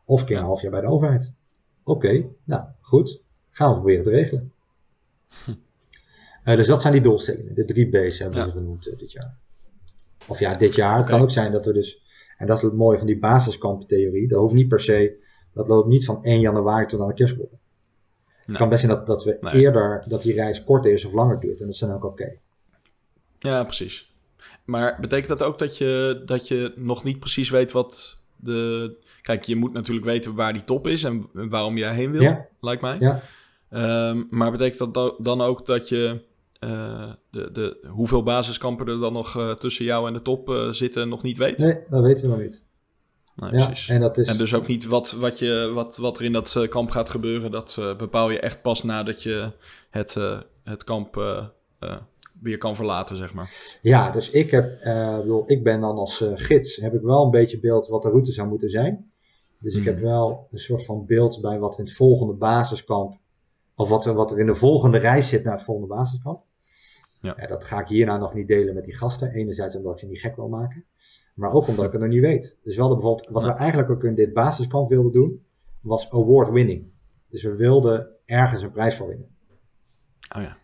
Of een keer Ja. een half jaar bij de overheid. Oké, okay, nou goed. Gaan we proberen te regelen. Hm. Uh, dus dat zijn die doelstellingen. De drie B's hebben ja. ze genoemd uh, dit jaar. Of ja, dit jaar. Het okay. kan ook zijn dat we dus... En dat is het mooie van die basiskampentheorie. Dat hoeft niet per se... Dat loopt niet van één januari tot aan de kerstboom. Nee. Het kan best zijn dat, dat we nee. eerder... Dat die reis korter is of langer duurt. En dat is dan ook oké. Okay. Ja, precies. Maar betekent dat ook dat je, dat je nog niet precies weet wat de... Kijk, je moet natuurlijk weten waar die top is en waarom jij heen wil, ja. lijkt mij. Ja. Um, maar betekent dat dan ook dat je uh, de, de, hoeveel basiskampen er dan nog uh, tussen jou en de top uh, zitten nog niet weet? Nee, dat weten we nog niet. Nee, ja, precies. En, dat is... en dus ook niet wat, wat, je, wat, wat er in dat uh, kamp gaat gebeuren, dat uh, bepaal je echt pas nadat je het, uh, het kamp uh, uh, weer kan verlaten, zeg maar. Ja, dus ik, heb, uh, bedoel, ik ben dan als uh, gids, heb ik wel een beetje beeld wat de route zou moeten zijn. Dus ik hmm. heb wel een soort van beeld bij wat in het volgende basiskamp, of wat er, wat er in de volgende reis zit naar het volgende basiskamp. Ja. Ja, dat ga ik hierna nog niet delen met die gasten. Enerzijds omdat ik ze niet gek wil maken, maar ook omdat ik het nog niet weet. Dus we hadden bijvoorbeeld, wat ja. we eigenlijk ook in dit basiskamp wilden doen, was award winning. Dus we wilden ergens een prijs voor winnen. Oh ja.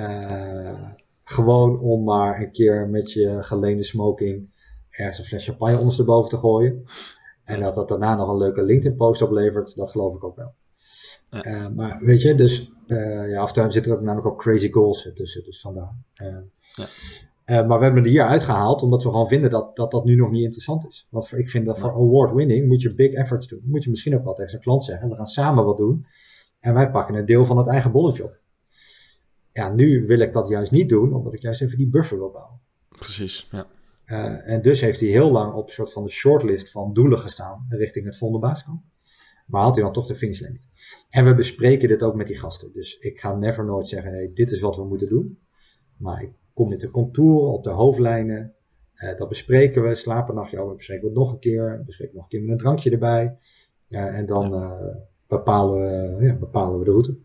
Uh, gewoon om maar een keer met je geleende smoking ergens een fles champagne ondersteboven te gooien. En dat dat daarna nog een leuke LinkedIn-post oplevert, dat geloof ik ook wel. Ja. Uh, maar weet je, dus uh, ja, af en toe zitten er ook namelijk ook crazy goals tussen, dus vandaar. Uh, ja. uh, maar we hebben het hier uitgehaald, omdat we gewoon vinden dat dat, dat nu nog niet interessant is. Want voor, ik vind dat voor ja. award winning moet je big efforts doen. Moet je misschien ook wel tegen zijn klant zeggen, we gaan samen wat doen. En wij pakken een deel van het eigen bonnetje op. Ja, nu wil ik dat juist niet doen, omdat ik juist even die buffer wil bouwen. Precies, ja. Uh, en dus heeft hij heel lang op een soort van de shortlist van doelen gestaan richting het volgende basiskamp. Maar had hij dan toch de finishlijn niet. En we bespreken dit ook met die gasten. Dus ik ga never nooit zeggen, hey, dit is wat we moeten doen. Maar ik kom met de contouren op de hoofdlijnen. Uh, dat bespreken we, slapen een nachtje over, bespreken we het nog een keer. Bespreken we nog een keer met een drankje erbij. Uh, en dan uh, bepalen, we, ja, bepalen we de route.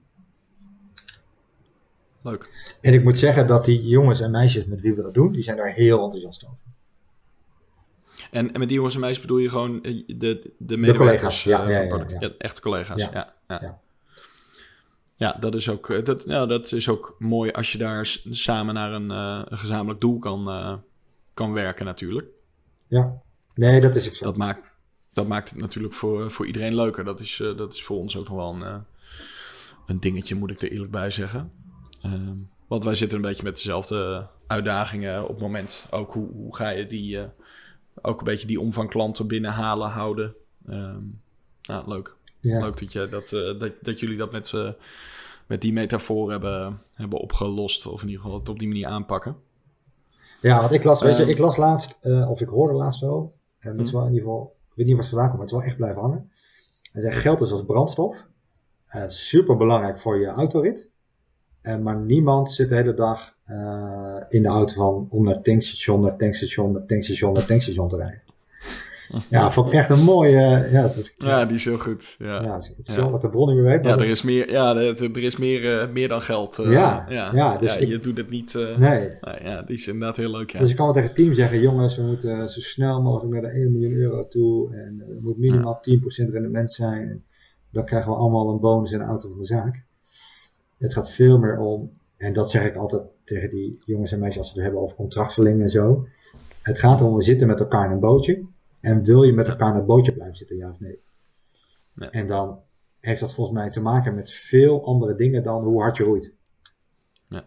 Leuk. En ik moet zeggen dat die jongens en meisjes met wie we dat doen, die zijn daar heel enthousiast over. En, en met die jongens en meisjes bedoel je gewoon de, de, de De collega's, ja, ja, ja, ja, ja. ja. Echte collega's, ja. Ja, ja. ja. ja dat, is ook, dat, ja, dat is ook mooi als je daar samen naar een, uh, een gezamenlijk doel kan, uh, kan werken natuurlijk. Ja, nee, dat is ook zo. Dat maakt, dat maakt het natuurlijk voor, voor iedereen leuker. Dat is, uh, dat is voor ons ook nog wel een, uh, een dingetje, moet ik er eerlijk bij zeggen. Um, want wij zitten een beetje met dezelfde uitdagingen op het moment. Ook hoe, hoe ga je die, uh, ook een beetje die omvang klanten binnenhalen, houden. Um, nou, leuk. Ja. Leuk dat, je, dat, uh, dat, dat jullie dat met, uh, met die metafoor hebben, hebben opgelost. Of in ieder geval het op die manier aanpakken. Ja, want ik las, weet um, je, ik las laatst, uh, of ik hoorde laatst zo. En het is wel in ieder geval, ik weet niet waar het vandaan komt, maar het is wel echt blijven hangen. Hij zegt, geld is als brandstof. Uh, super belangrijk voor je autorit. Uh, maar niemand zit de hele dag uh, in de auto van om naar tankstation, naar tankstation, naar tankstation, naar tankstation te rijden. Ja, vond ik echt een mooie... Uh, ja, dat is, ja, die is heel goed. Ja, ja het is zo ja. dat de bron niet meer weet. Ja, er is meer, ja, er is meer, uh, meer dan geld. Uh, ja, ja, ja, dus ja ik, je doet het niet... Uh, nee. Uh, ja, die is inderdaad heel leuk, ja. Dus ik kan wel tegen het team zeggen, jongens, we moeten zo snel mogelijk naar de één miljoen euro toe. En er moet minimaal ja. tien procent rendement zijn. En dan krijgen we allemaal een bonus in de auto van de zaak. Het gaat veel meer om, en dat zeg ik altijd tegen die jongens en meisjes als we het hebben over contractverlenging en zo. Het gaat om, we zitten met elkaar in een bootje. En wil je met elkaar in het bootje blijven zitten, ja of nee? Ja. En dan heeft dat volgens mij te maken met veel andere dingen dan hoe hard je roeit. Ja.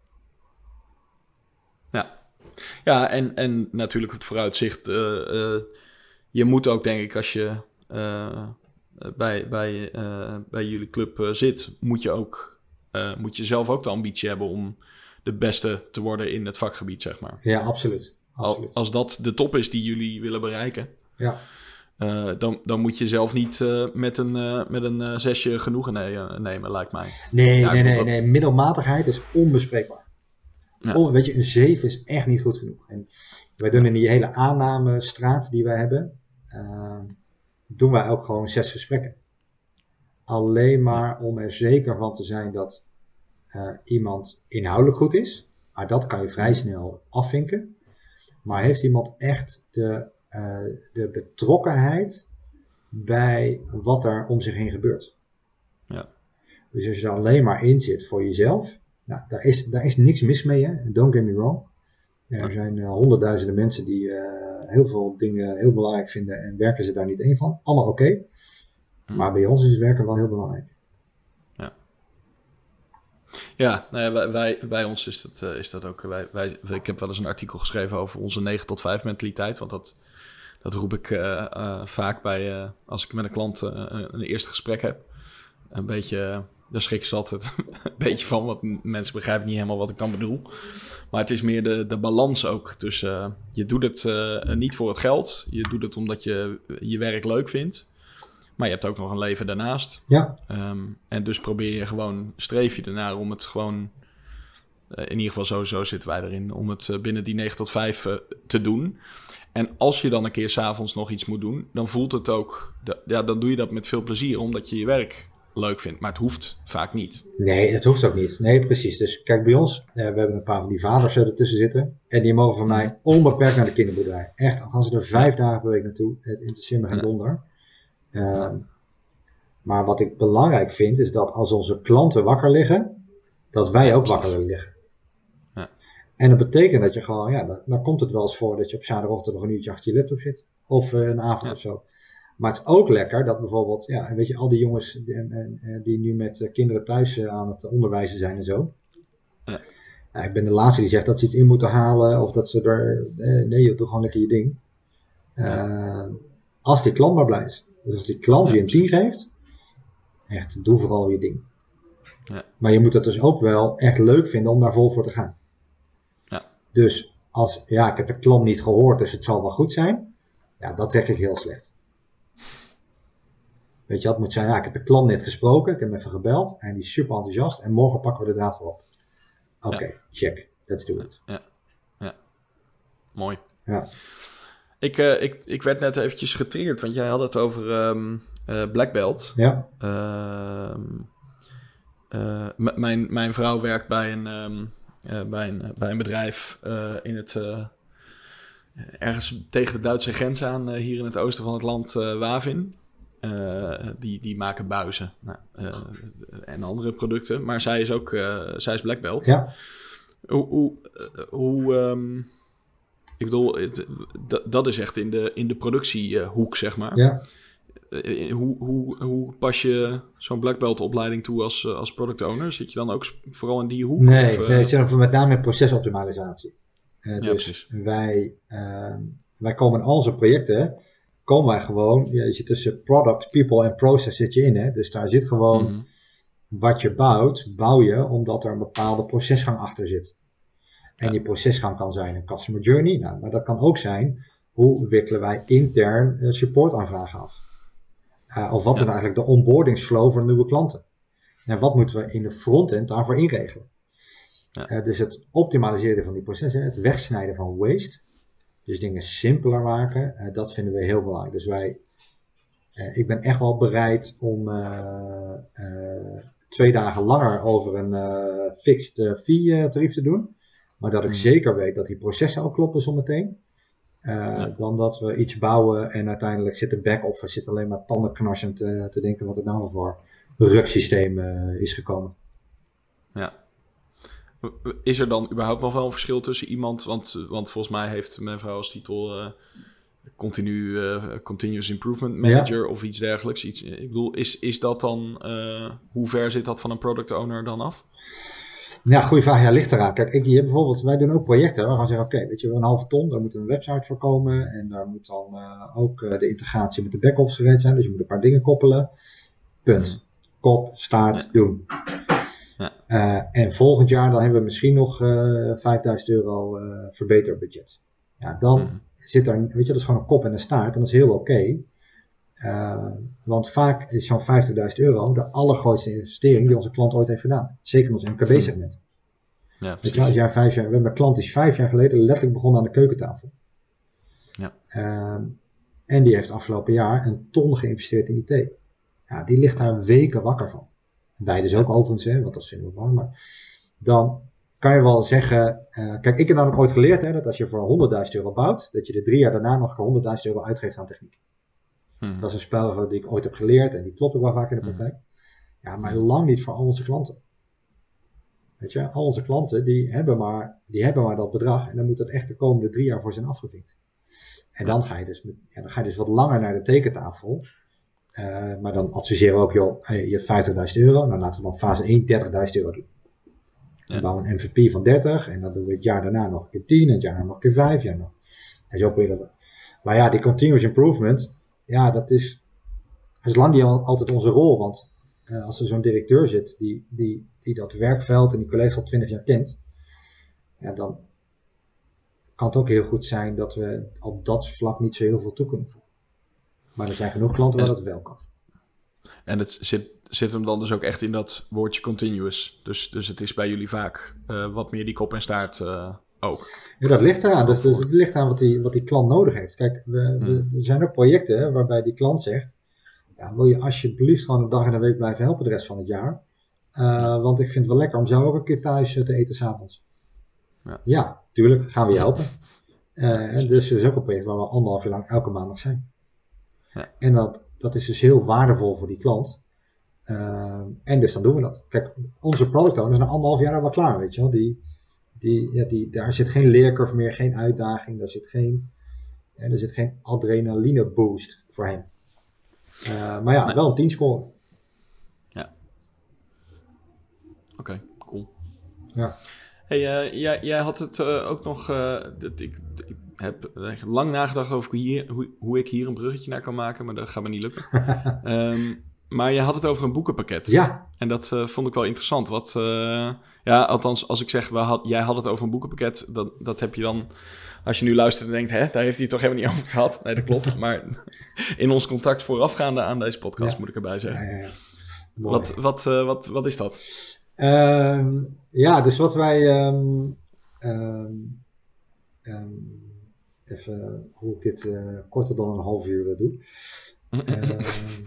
Ja, ja en, en natuurlijk het vooruitzicht. Uh, uh, je moet ook, denk ik, als je uh, bij, bij, uh, bij jullie club uh, zit, moet je ook... Uh, moet je zelf ook de ambitie hebben om de beste te worden in het vakgebied, zeg maar. Ja, absoluut. absoluut. Al, als dat de top is die jullie willen bereiken, ja. uh, dan, dan moet je zelf niet uh, met een, uh, met een uh, zesje genoegen ne- nemen, lijkt mij. Nee, ja, nee, nee, dat... nee. Middelmatigheid is onbespreekbaar. Ja. Oh, weet je, een zeven is echt niet goed genoeg. En wij doen in die hele aannamestraat die wij hebben, uh, doen wij ook gewoon zes gesprekken. Alleen maar om er zeker van te zijn dat uh, iemand inhoudelijk goed is. Maar dat kan je vrij snel afvinken. Maar heeft iemand echt de, uh, de betrokkenheid bij wat er om zich heen gebeurt. Ja. Dus als je er alleen maar in zit voor jezelf, nou, daar is, daar is niks mis mee, hè? Don't get me wrong. Er zijn uh, honderdduizenden mensen die uh, heel veel dingen heel belangrijk vinden en werken ze daar niet één van. Allemaal oké. Okay. Hmm. Maar bij ons is het werken wel heel belangrijk. Ja, ja, nou ja bij, wij, bij ons is dat, uh, is dat ook... Wij, wij, ik heb wel eens een artikel geschreven over onze negen tot vijf mentaliteit. Want dat, dat roep ik uh, uh, vaak bij uh, als ik met een klant uh, een eerste gesprek heb. Een beetje... Uh, Daar schrikken ze altijd een beetje van, want mensen begrijpen niet helemaal wat ik dan bedoel. Maar het is meer de, de balans ook tussen... Uh, je doet het uh, niet voor het geld. Je doet het omdat je je werk leuk vindt. Maar je hebt ook nog een leven daarnaast. Ja. Um, en dus probeer je gewoon, streef je ernaar om het gewoon... Uh, in ieder geval sowieso zitten wij erin, om het uh, binnen die negen tot vijf uh, te doen. En als je dan een keer 's avonds nog iets moet doen, dan voelt het ook... De, ja, dan doe je dat met veel plezier, omdat je je werk... leuk vindt, maar het hoeft vaak niet. Nee, het hoeft ook niet. Nee, precies. Dus kijk, bij ons, uh, we hebben een paar van die vaders ertussen zitten. En die mogen van mm. mij onbeperkt naar de kinderboerderij. Echt, gaan ze er vijf dagen per week naartoe. Het interesseert me geen donder. Uh, ja. Maar wat ik belangrijk vind, is dat als onze klanten wakker liggen, dat wij ook wakker willen liggen. Ja. En dat betekent dat je gewoon, ja, dan, dan komt het wel eens voor dat je op zaterdagochtend nog een uurtje achter je laptop zit. Of uh, een avond ja. of zo. Maar het is ook lekker dat bijvoorbeeld, ja, weet je, al die jongens die, die nu met kinderen thuis aan het onderwijzen zijn en zo. Ja. Nou, ik ben de laatste die zegt dat ze iets in moeten halen of dat ze er, nee joh, doe gewoon lekker je ding. Ja. Uh, als die klant maar blij is. Dus als die klant ja, je een tien geeft, echt, doe vooral je ding. Ja. Maar je moet het dus ook wel echt leuk vinden om daar vol voor te gaan. Ja. Dus als, ja, ik heb de klant niet gehoord, dus het zal wel goed zijn. Ja, dat trek ik heel slecht. Weet je, dat moet zijn, ja, ik heb de klant net gesproken, ik heb hem even gebeld en die is super enthousiast en morgen pakken we de draad voor op. Oké, okay, ja. check, let's do it. Ja, ja. Mooi. Ja. Ik, uh, ik, ik werd net eventjes getriggerd, want jij had het over um, uh, Black Belt. Ja. Uh, uh, m- mijn, mijn vrouw werkt bij een, um, uh, bij een, uh, bij een bedrijf uh, in het... Uh, ergens tegen de Duitse grens aan, uh, hier in het oosten van het land, uh, Wavin. Uh, die, die maken buizen nou, uh, en andere producten. Maar zij is ook uh, zij is Black Belt. Ja. Hoe, hoe, uh, hoe um, ik bedoel, het, d- dat is echt in de, in de productiehoek, uh, zeg maar. Ja. Uh, hoe, hoe, hoe pas je zo'n Black Belt opleiding toe als, uh, als product owner? Zit je dan ook vooral in die hoek? Nee, of, uh... nee het zit met name in procesoptimalisatie. Uh, ja, dus precies. wij, uh, wij komen in al onze projecten... komen wij gewoon, ja, je zit tussen product, people en process zit je in, hè? Dus daar zit gewoon mm-hmm. wat je bouwt, bouw je omdat er een bepaalde procesgang achter zit. En ja. die procesgang kan zijn een customer journey, nou, maar dat kan ook zijn, hoe wikkelen wij intern uh, supportaanvragen af? Uh, of wat ja. is eigenlijk de onboardingsflow voor nieuwe klanten? En wat moeten we in de frontend daarvoor inregelen? Ja. Uh, dus het optimaliseren van die processen, het wegsnijden van waste. Dus dingen simpeler maken, uh, dat vinden we heel belangrijk. Dus wij, uh, ik ben echt wel bereid om uh, uh, twee dagen langer over een uh, fixed uh, fee uh, tarief te doen. Maar dat ik mm. zeker weet dat die processen ook kloppen zometeen. Uh, ja. Dan dat we iets bouwen en uiteindelijk zit de back-office zit alleen maar tandenknarsend uh, te denken wat het nou voor rugsysteem uh, is gekomen. Ja. Is er dan überhaupt nog wel een verschil tussen iemand, want, want volgens mij heeft mijn vrouw als titel uh, continu, uh, Continuous Improvement Manager ja. of iets dergelijks. Iets, ik bedoel, is, is dat dan, uh, hoe ver zit dat van een product owner dan af? Ja, goede vraag. Ja, ligt eraan. Kijk, ik, je bijvoorbeeld, wij doen ook projecten. We gaan zeggen, oké, okay, weet je, we hebben een halve ton, daar moet een website voor komen. En daar moet dan uh, ook uh, de integratie met de back-office gereed zijn. Dus je moet een paar dingen koppelen. Punt. Hmm. Kop, staart, ja. doen. Ja. Uh, en volgend jaar dan hebben we misschien nog uh, vijfduizend euro uh, verbeterbudget. Ja, dan hmm. zit er, weet je, dat is gewoon een kop en een staart. En dat is heel oké. Okay. Uh, want vaak is zo'n vijftigduizend euro de allergrootste investering die onze klant ooit heeft gedaan. Zeker in ons M K B-segment. Ja, weet je, als jij vijf jaar, we hebben een klant die is vijf jaar geleden letterlijk begonnen aan de keukentafel. Ja. Uh, en die heeft afgelopen jaar een ton geïnvesteerd in I T. Ja, die ligt daar weken wakker van. Wij dus ook overigens, hè, want dat vinden we belangrijk. Maar dan kan je wel zeggen, uh, kijk, ik heb namelijk ooit geleerd hè, dat als je voor honderdduizend euro bouwt, dat je er drie jaar daarna nog honderdduizend euro uitgeeft aan techniek. Hmm. Dat is een spel die ik ooit heb geleerd en die klopt ook wel vaak in de praktijk. Hmm. Ja, maar lang niet voor al onze klanten. Weet je, al onze klanten die hebben, maar, die hebben maar dat bedrag en dan moet dat echt de komende drie jaar voor zijn afgevinkt. En dan ga je dus, met, ja, dan ga je dus wat langer naar de tekentafel. Uh, maar dan adviseren we ook, joh, je hebt vijftigduizend euro. Nou laten we dan fase één dertigduizend euro doen. Dan ja. bouwen we een M V P van dertig en dan doen we het jaar daarna nog een keer tien, en het jaar daarna nog een keer vijf. Ja, nog. En zo probeer je dat. Maar ja, die continuous improvement, ja, dat is, dat is lang niet altijd onze rol. Want uh, als er zo'n directeur zit die, die, die dat werkveld en die collega's al twintig jaar kent, ja, dan kan het ook heel goed zijn dat we op dat vlak niet zo heel veel toe kunnen voegen. Maar er zijn genoeg klanten waar dat wel kan. En het zit, zit hem dan dus ook echt in dat woordje continuous. Dus, dus het is bij jullie vaak uh, wat meer die kop en staart uh, ook. Ja, dat ligt eraan. Dus, dus het ligt aan wat die, wat die klant nodig heeft. Kijk, we, hmm. we, er zijn ook projecten hè, waarbij die klant zegt, ja, wil je alsjeblieft gewoon een dag en een week blijven helpen de rest van het jaar? Uh, want ik vind het wel lekker om zelf ook een keer thuis te eten 's avonds. Ja. ja, tuurlijk, gaan we je helpen. Uh, en dus er is ook een project waar we anderhalf jaar lang elke maandag zijn. Ja. En dat, dat is dus heel waardevol voor die klant. Uh, en dus dan doen we dat. Kijk, onze product owners na anderhalf jaar al wel klaar, weet je wel. Die, die, ja, die, daar zit geen leercurve meer, geen uitdaging. Daar zit geen, ja, er zit geen adrenaline boost voor hem. Uh, maar ja, nee. wel een tien score. Ja. Oké, okay, cool. Ja. Hey, uh, jij, jij had het uh, ook nog... Uh, dat ik, ik heb lang nagedacht over hier, hoe, hoe ik hier een bruggetje naar kan maken, maar dat gaat me niet lukken. um, maar je had het over een boekenpakket. Ja. En dat uh, vond ik wel interessant. Wat, uh, ja, althans, als ik zeg, we had, jij had het over een boekenpakket, dat, dat heb je dan... Als je nu luistert en denkt, hè, daar heeft hij het toch helemaal niet over gehad. Nee, dat klopt. Maar in ons contact voorafgaande aan deze podcast, ja. moet ik erbij zeggen. Ja, ja, ja. Wat, wat, uh, wat, wat is dat? Um, ja, dus wat wij... Um, um, um, even hoe ik dit uh, korter dan een half uur doe. uh,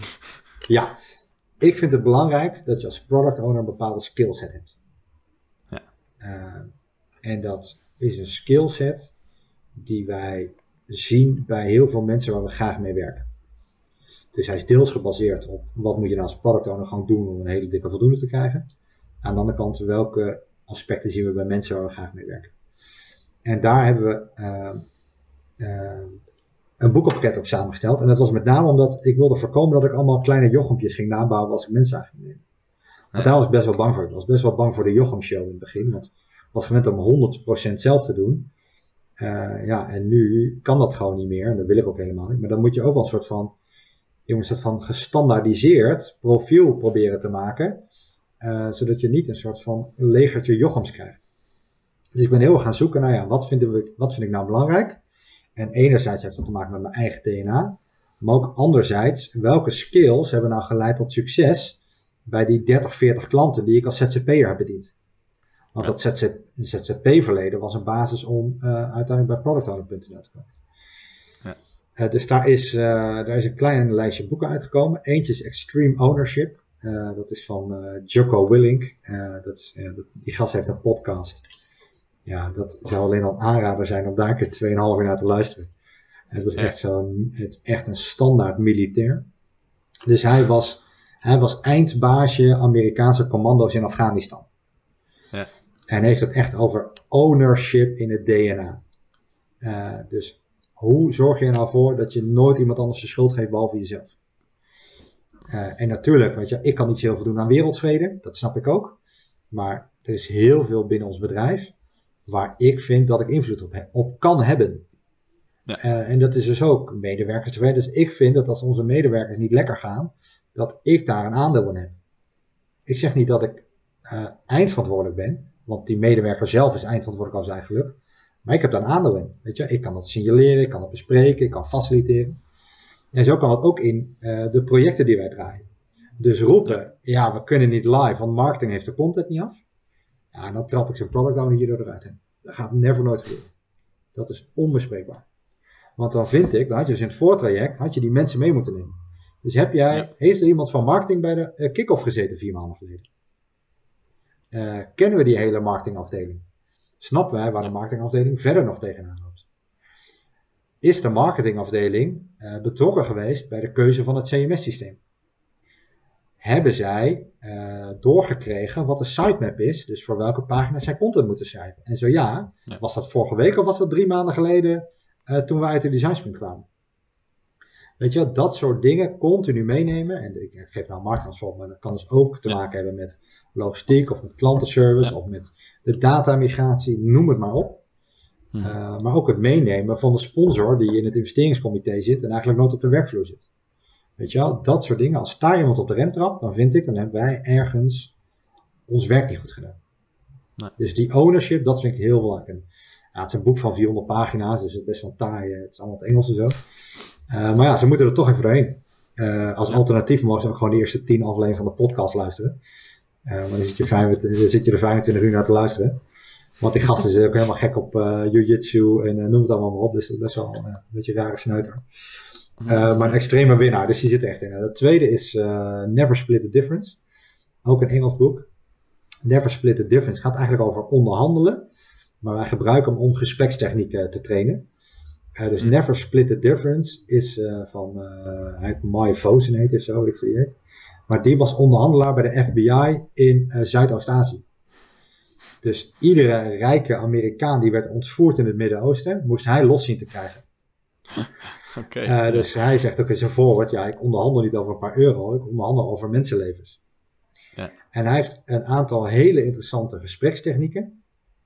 ja, ik vind het belangrijk dat je als product owner een bepaalde skillset hebt. Ja. Uh, en dat is een skillset die wij zien bij heel veel mensen waar we graag mee werken. Dus hij is deels gebaseerd op wat moet je nou als product owner gaan doen om een hele dikke voldoende te krijgen. Aan de andere kant, welke aspecten zien we bij mensen waar we graag mee werken. En daar hebben we uh, uh, een boekenpakket op samengesteld. En dat was met name omdat ik wilde voorkomen dat ik allemaal kleine jochempjes ging nabouwen als ik mensen aan ging nemen. Want daar was ik best wel bang voor. Ik was best wel bang voor de Jochem-show in het begin. Want ik was gewend om honderd procent zelf te doen. Uh, ja, en nu kan dat gewoon niet meer. En dat wil ik ook helemaal niet. Maar dan moet je ook wel een soort van, een soort van gestandaardiseerd profiel proberen te maken. Uh, zodat je niet een soort van een legertje Jochems krijgt. Dus ik ben heel erg gaan zoeken naar, ja, wat, vinden we, wat vind ik nou belangrijk? En enerzijds heeft dat te maken met mijn eigen D N A. Maar ook anderzijds, welke skills hebben nou geleid tot succes bij die dertig, veertig klanten die ik als Z Z P'er heb bediend? Want ja. dat Z Z P-verleden was een basis om uh, uiteindelijk bij product owner punt n l te komen. Ja. Uh, dus daar is, uh, daar is een klein lijstje boeken uitgekomen. Eentje is Extreme Ownership. Uh, dat is van uh, Jocko Willink. Uh, dat is, uh, dat, die gast heeft een podcast. Ja, dat zou alleen al een aanrader zijn om daar een keer tweeënhalf uur naar te luisteren. En het is ja. echt zo'n, het is echt een standaard militair. Dus hij was, hij was eindbaasje Amerikaanse commando's in Afghanistan. Ja. En heeft het echt over ownership in het D N A. Uh, dus hoe zorg je er nou voor dat je nooit iemand anders de schuld geeft behalve jezelf? Uh, en natuurlijk, weet je, ik kan niet zo heel veel doen aan wereldvrede, dat snap ik ook. Maar er is heel veel binnen ons bedrijf waar ik vind dat ik invloed op, he- op kan hebben. Ja. Uh, en dat is dus ook medewerkersvrede. Dus ik vind dat als onze medewerkers niet lekker gaan, dat ik daar een aandeel in heb. Ik zeg niet dat ik uh, eindverantwoordelijk ben, want die medewerker zelf is eindverantwoordelijk als zijn geluk. Maar ik heb daar een aandeel in. Weet je, ik kan dat signaleren, ik kan het bespreken, ik kan faciliteren. En zo kan dat ook in uh, de projecten die wij draaien. Dus roepen, ja, we kunnen niet live, want marketing heeft de content niet af. Ja, dan trap ik zo'n product owner hierdoor eruit heen. Dat gaat never nooit gebeuren. Dat is onbespreekbaar. Want dan vind ik, dan had je dus in het voortraject, had je die mensen mee moeten nemen. Dus heb jij, ja. heeft er iemand van marketing bij de uh, kick-off gezeten vier maanden geleden? Uh, kennen we die hele marketingafdeling? Snappen wij waar de marketingafdeling verder nog tegenaan loopt? Is de marketingafdeling uh, betrokken geweest bij de keuze van het C M S-systeem. Hebben zij uh, doorgekregen wat de sitemap is, dus voor welke pagina's zij content moeten schrijven? En zo ja, ja. was dat vorige week of was dat drie maanden geleden uh, toen we uit de design sprint kwamen? Weet je, dat soort dingen continu meenemen. En ik, ik geef nou markttransform, maar dat kan dus ook te ja. maken hebben met logistiek of met klantenservice ja. of met de datamigratie, noem het maar op. Hmm. Uh, maar ook het meenemen van de sponsor die in het investeringscomité zit en eigenlijk nooit op de werkvloer zit. Weet je wel, dat soort dingen. Als sta iemand op de remtrap, dan vind ik, dan hebben wij ergens ons werk niet goed gedaan. Nee. Dus die ownership, dat vind ik heel belangrijk. En, ja, het is een boek van vierhonderd pagina's, dus het is best wel taai. Het is allemaal het Engels en zo. Uh, maar ja, ze moeten er toch even doorheen. Uh, als ja. alternatief mogen ze ook gewoon de eerste tien afleveringen van de podcast luisteren. Uh, maar dan zit, je vijfentwintig, dan zit je er vijfentwintig uur naar te luisteren. Want die gasten zijn ook helemaal gek op uh, jiu-jitsu en uh, noem het allemaal maar op. Dus dat is best wel uh, een beetje een rare sneuter. Uh, maar een extreme winnaar, dus die zit er echt in. En het tweede is uh, Never Split the Difference. Ook een Engels boek. Never Split the Difference gaat eigenlijk over onderhandelen. Maar wij gebruiken hem om gesprekstechnieken te trainen. Uh, dus mm. Never Split the Difference is uh, van, uh, hij heet Maya Vosen heet of zo, wat ik voor die heet. Maar die was onderhandelaar bij de F B I in uh, Zuidoost-Azië. Dus iedere rijke Amerikaan die werd ontvoerd in het Midden-Oosten, moest hij los zien te krijgen. Okay. Uh, dus hij zegt ook in zijn voorwoord, ja, ik onderhandel niet over een paar euro, ik onderhandel over mensenlevens. Ja. En hij heeft een aantal hele interessante gesprekstechnieken.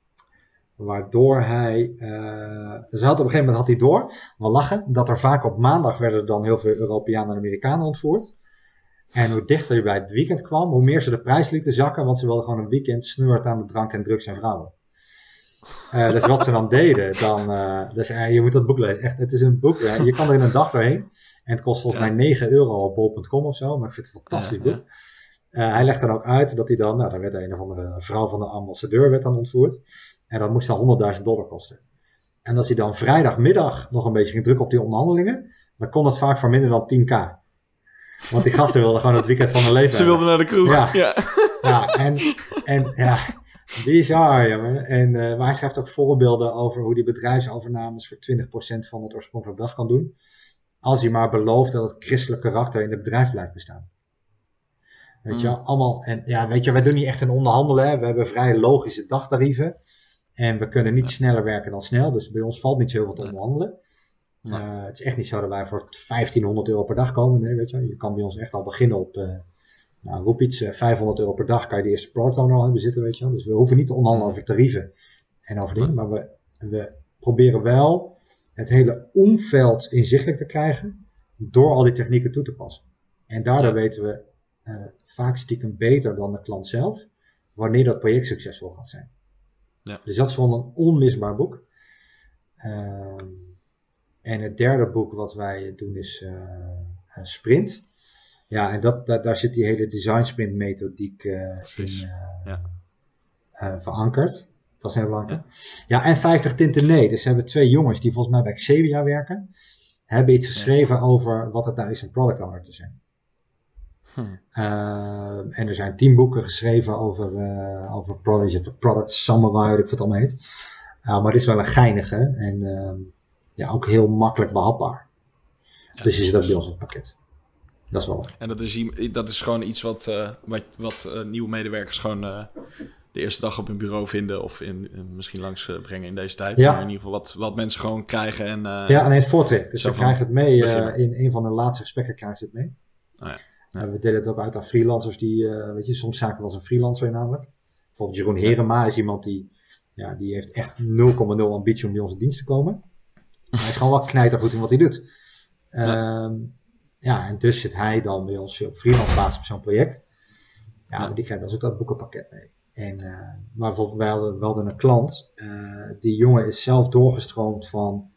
Waardoor hij, uh, dus hij had op een gegeven moment had hij door, we lachen, dat er vaak op maandag werden er dan heel veel Europeanen en Amerikanen ontvoerd. En hoe dichter je bij het weekend kwam, hoe meer ze de prijs lieten zakken, want ze wilden gewoon een weekend snoerd aan de drank en drugs en vrouwen. Uh, dus wat ze dan deden, dan, uh, dus uh, je moet dat boek lezen, echt, het is een boek, uh, je kan er in een dag doorheen. En het kost volgens ja. mij negen euro op bol punt com of zo, maar ik vind het een fantastisch ja, boek. Ja. Uh, hij legt dan ook uit dat hij dan, nou dan werd een of andere vrouw van de ambassadeur werd dan ontvoerd. En dat moest dan honderdduizend dollar kosten. En als hij dan vrijdagmiddag nog een beetje ging drukken op die onderhandelingen, dan kon dat vaak voor minder dan tien k. Want die gasten wilden gewoon het weekend van hun leven Ze wilden naar de kroeg. Ja, ja. ja en, en ja, bizar, jongen. En, uh, maar hij schrijft ook voorbeelden over hoe die bedrijfsovernames voor twintig procent van het oorspronkelijke bedrag kan doen. Als hij maar belooft dat het christelijk karakter in het bedrijf blijft bestaan. Weet mm. je wel, allemaal. En ja, weet je, wij doen niet echt een onderhandelen. Hè. We hebben vrij logische dagtarieven. En we kunnen niet sneller werken dan snel. Dus bij ons valt niet zo heel veel te onderhandelen. Nee. Uh, het is echt niet zo dat wij voor vijftienhonderd euro per dag komen. Nee, weet je, je kan bij ons echt al beginnen op, uh, nou, roep iets, uh, vijfhonderd euro per dag kan je de eerste product owner al in bezitten, weet je wel. Dus we hoeven niet te onderhandelen over tarieven en over dingen. Maar we, we proberen wel het hele omveld inzichtelijk te krijgen door al die technieken toe te passen. En daardoor weten we uh, vaak stiekem beter dan de klant zelf wanneer dat project succesvol gaat zijn. Ja. Dus dat is gewoon een onmisbaar boek. Uh, en het derde boek wat wij doen is uh, Sprint. Ja, en dat, dat, daar zit die hele design sprint methodiek uh, in uh, ja. uh, verankerd. Dat is heel belangrijk. Ja, ja en vijftig tinten nee. Dus we hebben twee jongens die volgens mij bij Xebia werken. Hebben iets geschreven ja. over wat het nou is een product owner te zijn. Hm. Uh, en er zijn tien boeken geschreven over, uh, over product, je hebt de product summary, ik weet het allemaal heet. Uh, maar dit is wel een geinige en uh, ja, ook heel makkelijk behapbaar. Ja, dus je zit ook bij ons op het pakket. Dat is wel. En dat is, dat is gewoon iets wat, uh, wat, wat uh, nieuwe medewerkers gewoon uh, de eerste dag op hun bureau vinden of in, in, misschien langs uh, brengen in deze tijd. Ja. Maar in ieder geval wat, wat mensen gewoon krijgen. En, uh, ja, en het voortrek. Dus ze krijgen het mee. Uh, in een van de laatste gesprekken krijgen ze het mee. Oh ja. Ja. Uh, we delen het ook uit aan freelancers die, uh, weet je, soms zagen we als een freelancer in namelijk. Bijvoorbeeld Jeroen Herema is iemand die, ja, die heeft echt nul komma nul ambitie om bij onze dienst te komen. Maar hij is gewoon wel knijtergoed in wat hij doet. Ja. Um, ja, en dus zit hij dan bij ons op freelance basis op zo'n project. Ja, ja. Die krijgt dus ook dat boekenpakket mee. En, uh, maar bijvoorbeeld, wij hadden, we hadden een klant, uh, die jongen is zelf doorgestroomd van,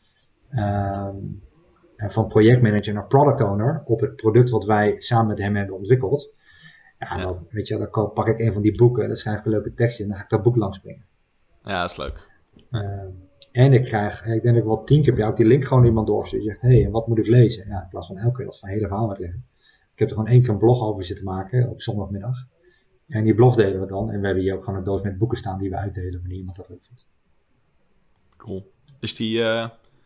um, van projectmanager naar product owner op het product wat wij samen met hem hebben ontwikkeld. Ja, ja. Dan, weet je, dan pak ik een van die boeken, dan schrijf ik een leuke tekst in, dan ga ik dat boek langsbrengen. Ja, dat is leuk. Uh, en ik krijg, ik denk dat ik wel tien keer per jaar ook die link gewoon iemand doorstuur. Je zegt, hé, hey, wat moet ik lezen? Ja, in plaats van elke keer dat van hele verhaal uitleggen. Ik heb er gewoon één keer een blog over zitten maken op zondagmiddag. En die blog delen we dan. En we hebben hier ook gewoon een doos met boeken staan die we uitdelen wanneer iemand dat leuk vindt. Cool. Is die, uh,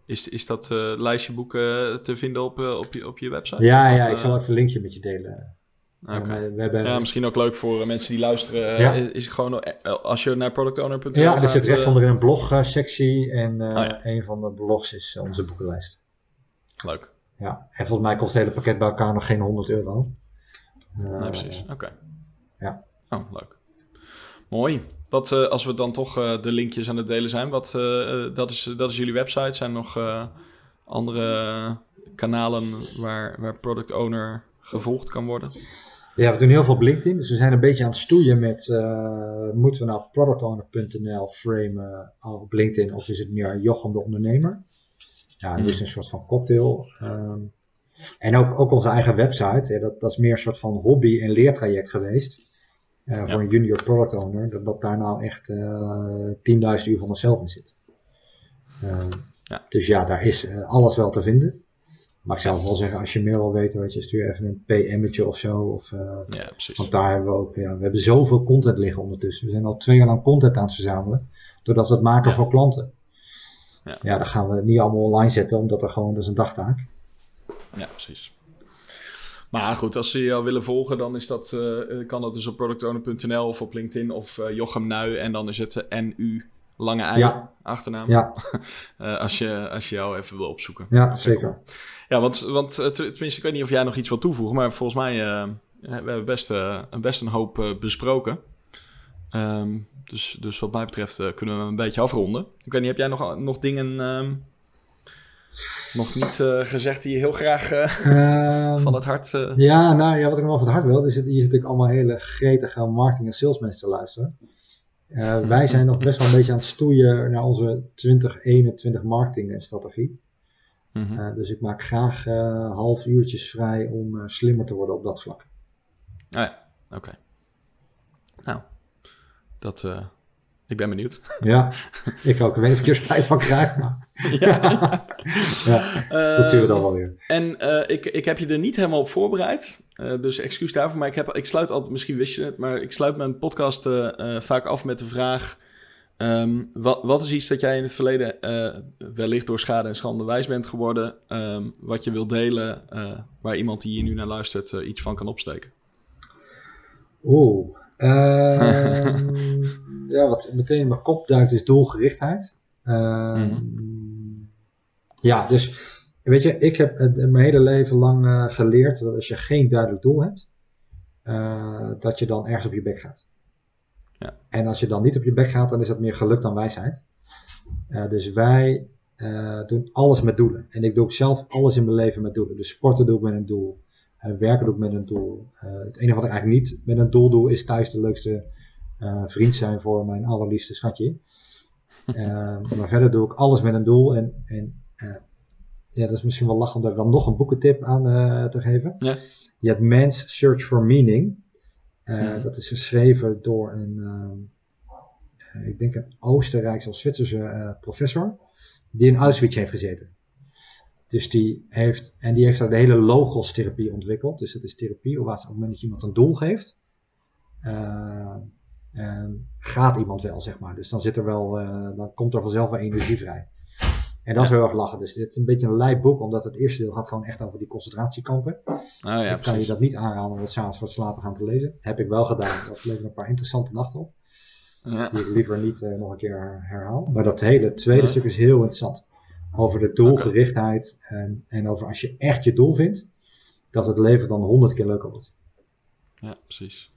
is, is dat uh, lijstje boeken te vinden op, uh, op, je, op je website? Ja, wat, ja uh... ik zal even een linkje met je delen. Okay. Uh, we hebben... Ja, misschien ook leuk voor uh, mensen die luisteren. Ja. Uh, is gewoon, uh, als je naar product owner punt n l Ja, gaat... er zit rechts uh... onder in een blog-sectie. En uh, oh, ja. een van de blogs is uh, onze boekenlijst. Leuk. Ja, en volgens mij kost het hele pakket bij elkaar nog geen honderd euro. Uh, nee, precies. Oké. Okay. Ja. Oh, leuk. Mooi. Wat, uh, als we dan toch uh, de linkjes aan het delen zijn, wat, uh, dat, is, dat is jullie website. Zijn er nog uh, andere kanalen waar, waar product owner gevolgd kan worden? Ja, we doen heel veel op LinkedIn. Dus we zijn een beetje aan het stoeien met, uh, moeten we nou product owner punt n l framen uh, op LinkedIn of is het meer Jochem de ondernemer? Ja, dat is een soort van cocktail. Um, en ook, ook onze eigen website, hè, dat, dat is meer een soort van hobby- en leertraject geweest. Uh, ja. Voor een junior product owner, dat, dat daar nou echt uh, tienduizend uur van onszelf in zit. Uh, ja. Dus ja, daar is uh, alles wel te vinden. Maar ik zou wel zeggen, als je meer wil weten, weet je, stuur even een P M'tje of zo. Of, uh, ja, precies. Want daar hebben we ook, ja, we hebben zoveel content liggen ondertussen. We zijn al twee jaar lang content aan het verzamelen, doordat we het maken ja. voor klanten. Ja. ja, dan gaan we het niet allemaal online zetten, omdat er gewoon, dat is een dagtaak. Ja, precies. Maar goed, als ze jou willen volgen, dan is dat, uh, kan dat dus op product owner punt n l of op LinkedIn of uh, Jochem Nui. En dan is het N U lange ei ja. achternaam. Ja. uh, als, je, als je jou even wil opzoeken. Ja, zeker. Cool. Ja, want, want tenminste, ik weet niet of jij nog iets wil toevoegen, maar volgens mij uh, we hebben best, uh, best een hoop uh, besproken. Um, dus, dus wat mij betreft uh, kunnen we een beetje afronden. Ik weet niet, heb jij nog, nog dingen um, nog niet uh, gezegd die je heel graag uh, um, van het hart... Uh... Ja, nou ja, wat ik nog wel van het hart wil, is dat hier zitten natuurlijk allemaal hele gretige marketing- en salesmensen te luisteren. Uh, hmm. Wij zijn nog best wel een beetje aan het stoeien naar onze twintig eenentwintig marketingstrategie. Mm-hmm. Uh, dus ik maak graag uh, half uurtjes vrij om uh, slimmer te worden op dat vlak. Oh ja, oké. Okay. Nou, dat, uh, ik ben benieuwd. Ja, ik ook. Ik weet niet of ik er spijt van krijg, maar... ja, ja. ja, uh, dat zien we dan wel weer. En uh, ik, ik heb je er niet helemaal op voorbereid. Uh, dus excuus daarvoor. Maar ik, heb, ik sluit altijd, misschien wist je het, maar ik sluit mijn podcast uh, uh, vaak af met de vraag... Um, wat, wat is iets dat jij in het verleden uh, wellicht door schade en schande wijs bent geworden, um, wat je wilt delen, uh, waar iemand die hier nu naar luistert uh, iets van kan opsteken? Oeh, um, ja, wat meteen in mijn kop duikt is doelgerichtheid. Um, mm-hmm. Ja, dus weet je, ik heb uh, mijn hele leven lang uh, geleerd dat als je geen duidelijk doel hebt, uh, dat je dan ergens op je bek gaat. Ja. En als je dan niet op je bek gaat, dan is dat meer geluk dan wijsheid. Uh, dus wij uh, doen alles met doelen. En ik doe ook zelf alles in mijn leven met doelen. Dus sporten doe ik met een doel. Uh, werken doe ik met een doel. Uh, het enige wat ik eigenlijk niet met een doel doe, is thuis de leukste uh, vriend zijn voor mijn allerliefste schatje. Uh, maar verder doe ik alles met een doel. En, en uh, ja, dat is misschien wel lachen om daar dan nog een boekentip aan uh, te geven. Ja. Je hebt Man's Search for Meaning. Uh, mm. Dat is geschreven door een, uh, ik denk een Oostenrijkse of Zwitserse uh, professor, die in Auschwitz heeft gezeten. Dus die heeft, en die heeft daar de hele logos-therapie ontwikkeld. Dus dat is therapie, op het moment dat je iemand een doel geeft, uh, uh, gaat iemand wel, zeg maar. Dus dan zit er wel, uh, dan komt er vanzelf wel energie vrij. En dat is heel erg lachen. Dus dit is een beetje een lijp boek, omdat het eerste deel gaat gewoon echt over die concentratiekampen. Oh ja, dan kan je dat niet aanraden om het s'avonds voor het slapen gaan te lezen. Heb ik wel gedaan. Dat levert een paar interessante nachten op. Ja. Die ik liever niet uh, nog een keer herhaal. Maar dat hele tweede ja. stuk is heel interessant. Over de doelgerichtheid. Okay. En, en over als je echt je doel vindt, dat het leven dan honderd keer leuker wordt. Ja, precies.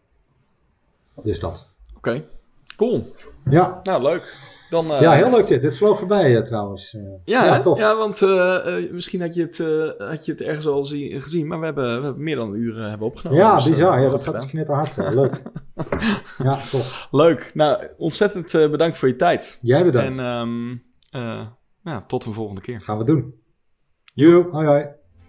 Dus dat. Oké, okay. Cool. Ja. Nou, leuk. Dan, uh, ja, heel leuk dit. Dit vloog voorbij uh, trouwens. Uh, ja, ja, tof. Ja, want uh, uh, misschien had je, het, uh, had je het ergens al zie, gezien, maar we hebben, we hebben meer dan een uur uh, hebben opgenomen. Ja, dus, bizar. Uh, ja, dat gaat dus knetterhard. Uh, leuk. Ja, tof. Leuk. Nou, ontzettend uh, bedankt voor je tijd. Jij bedankt. En um, uh, ja, tot een volgende keer. Gaan we doen. Joe. Hoi, hoi.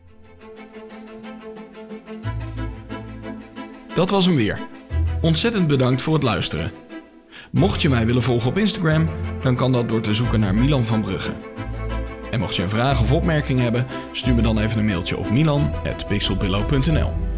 Dat was hem weer. Ontzettend bedankt voor het luisteren. Mocht je mij willen volgen op Instagram, dan kan dat door te zoeken naar Milan van Brugge. En mocht je een vraag of opmerking hebben, stuur me dan even een mailtje op milan at pixelpillow punt n l.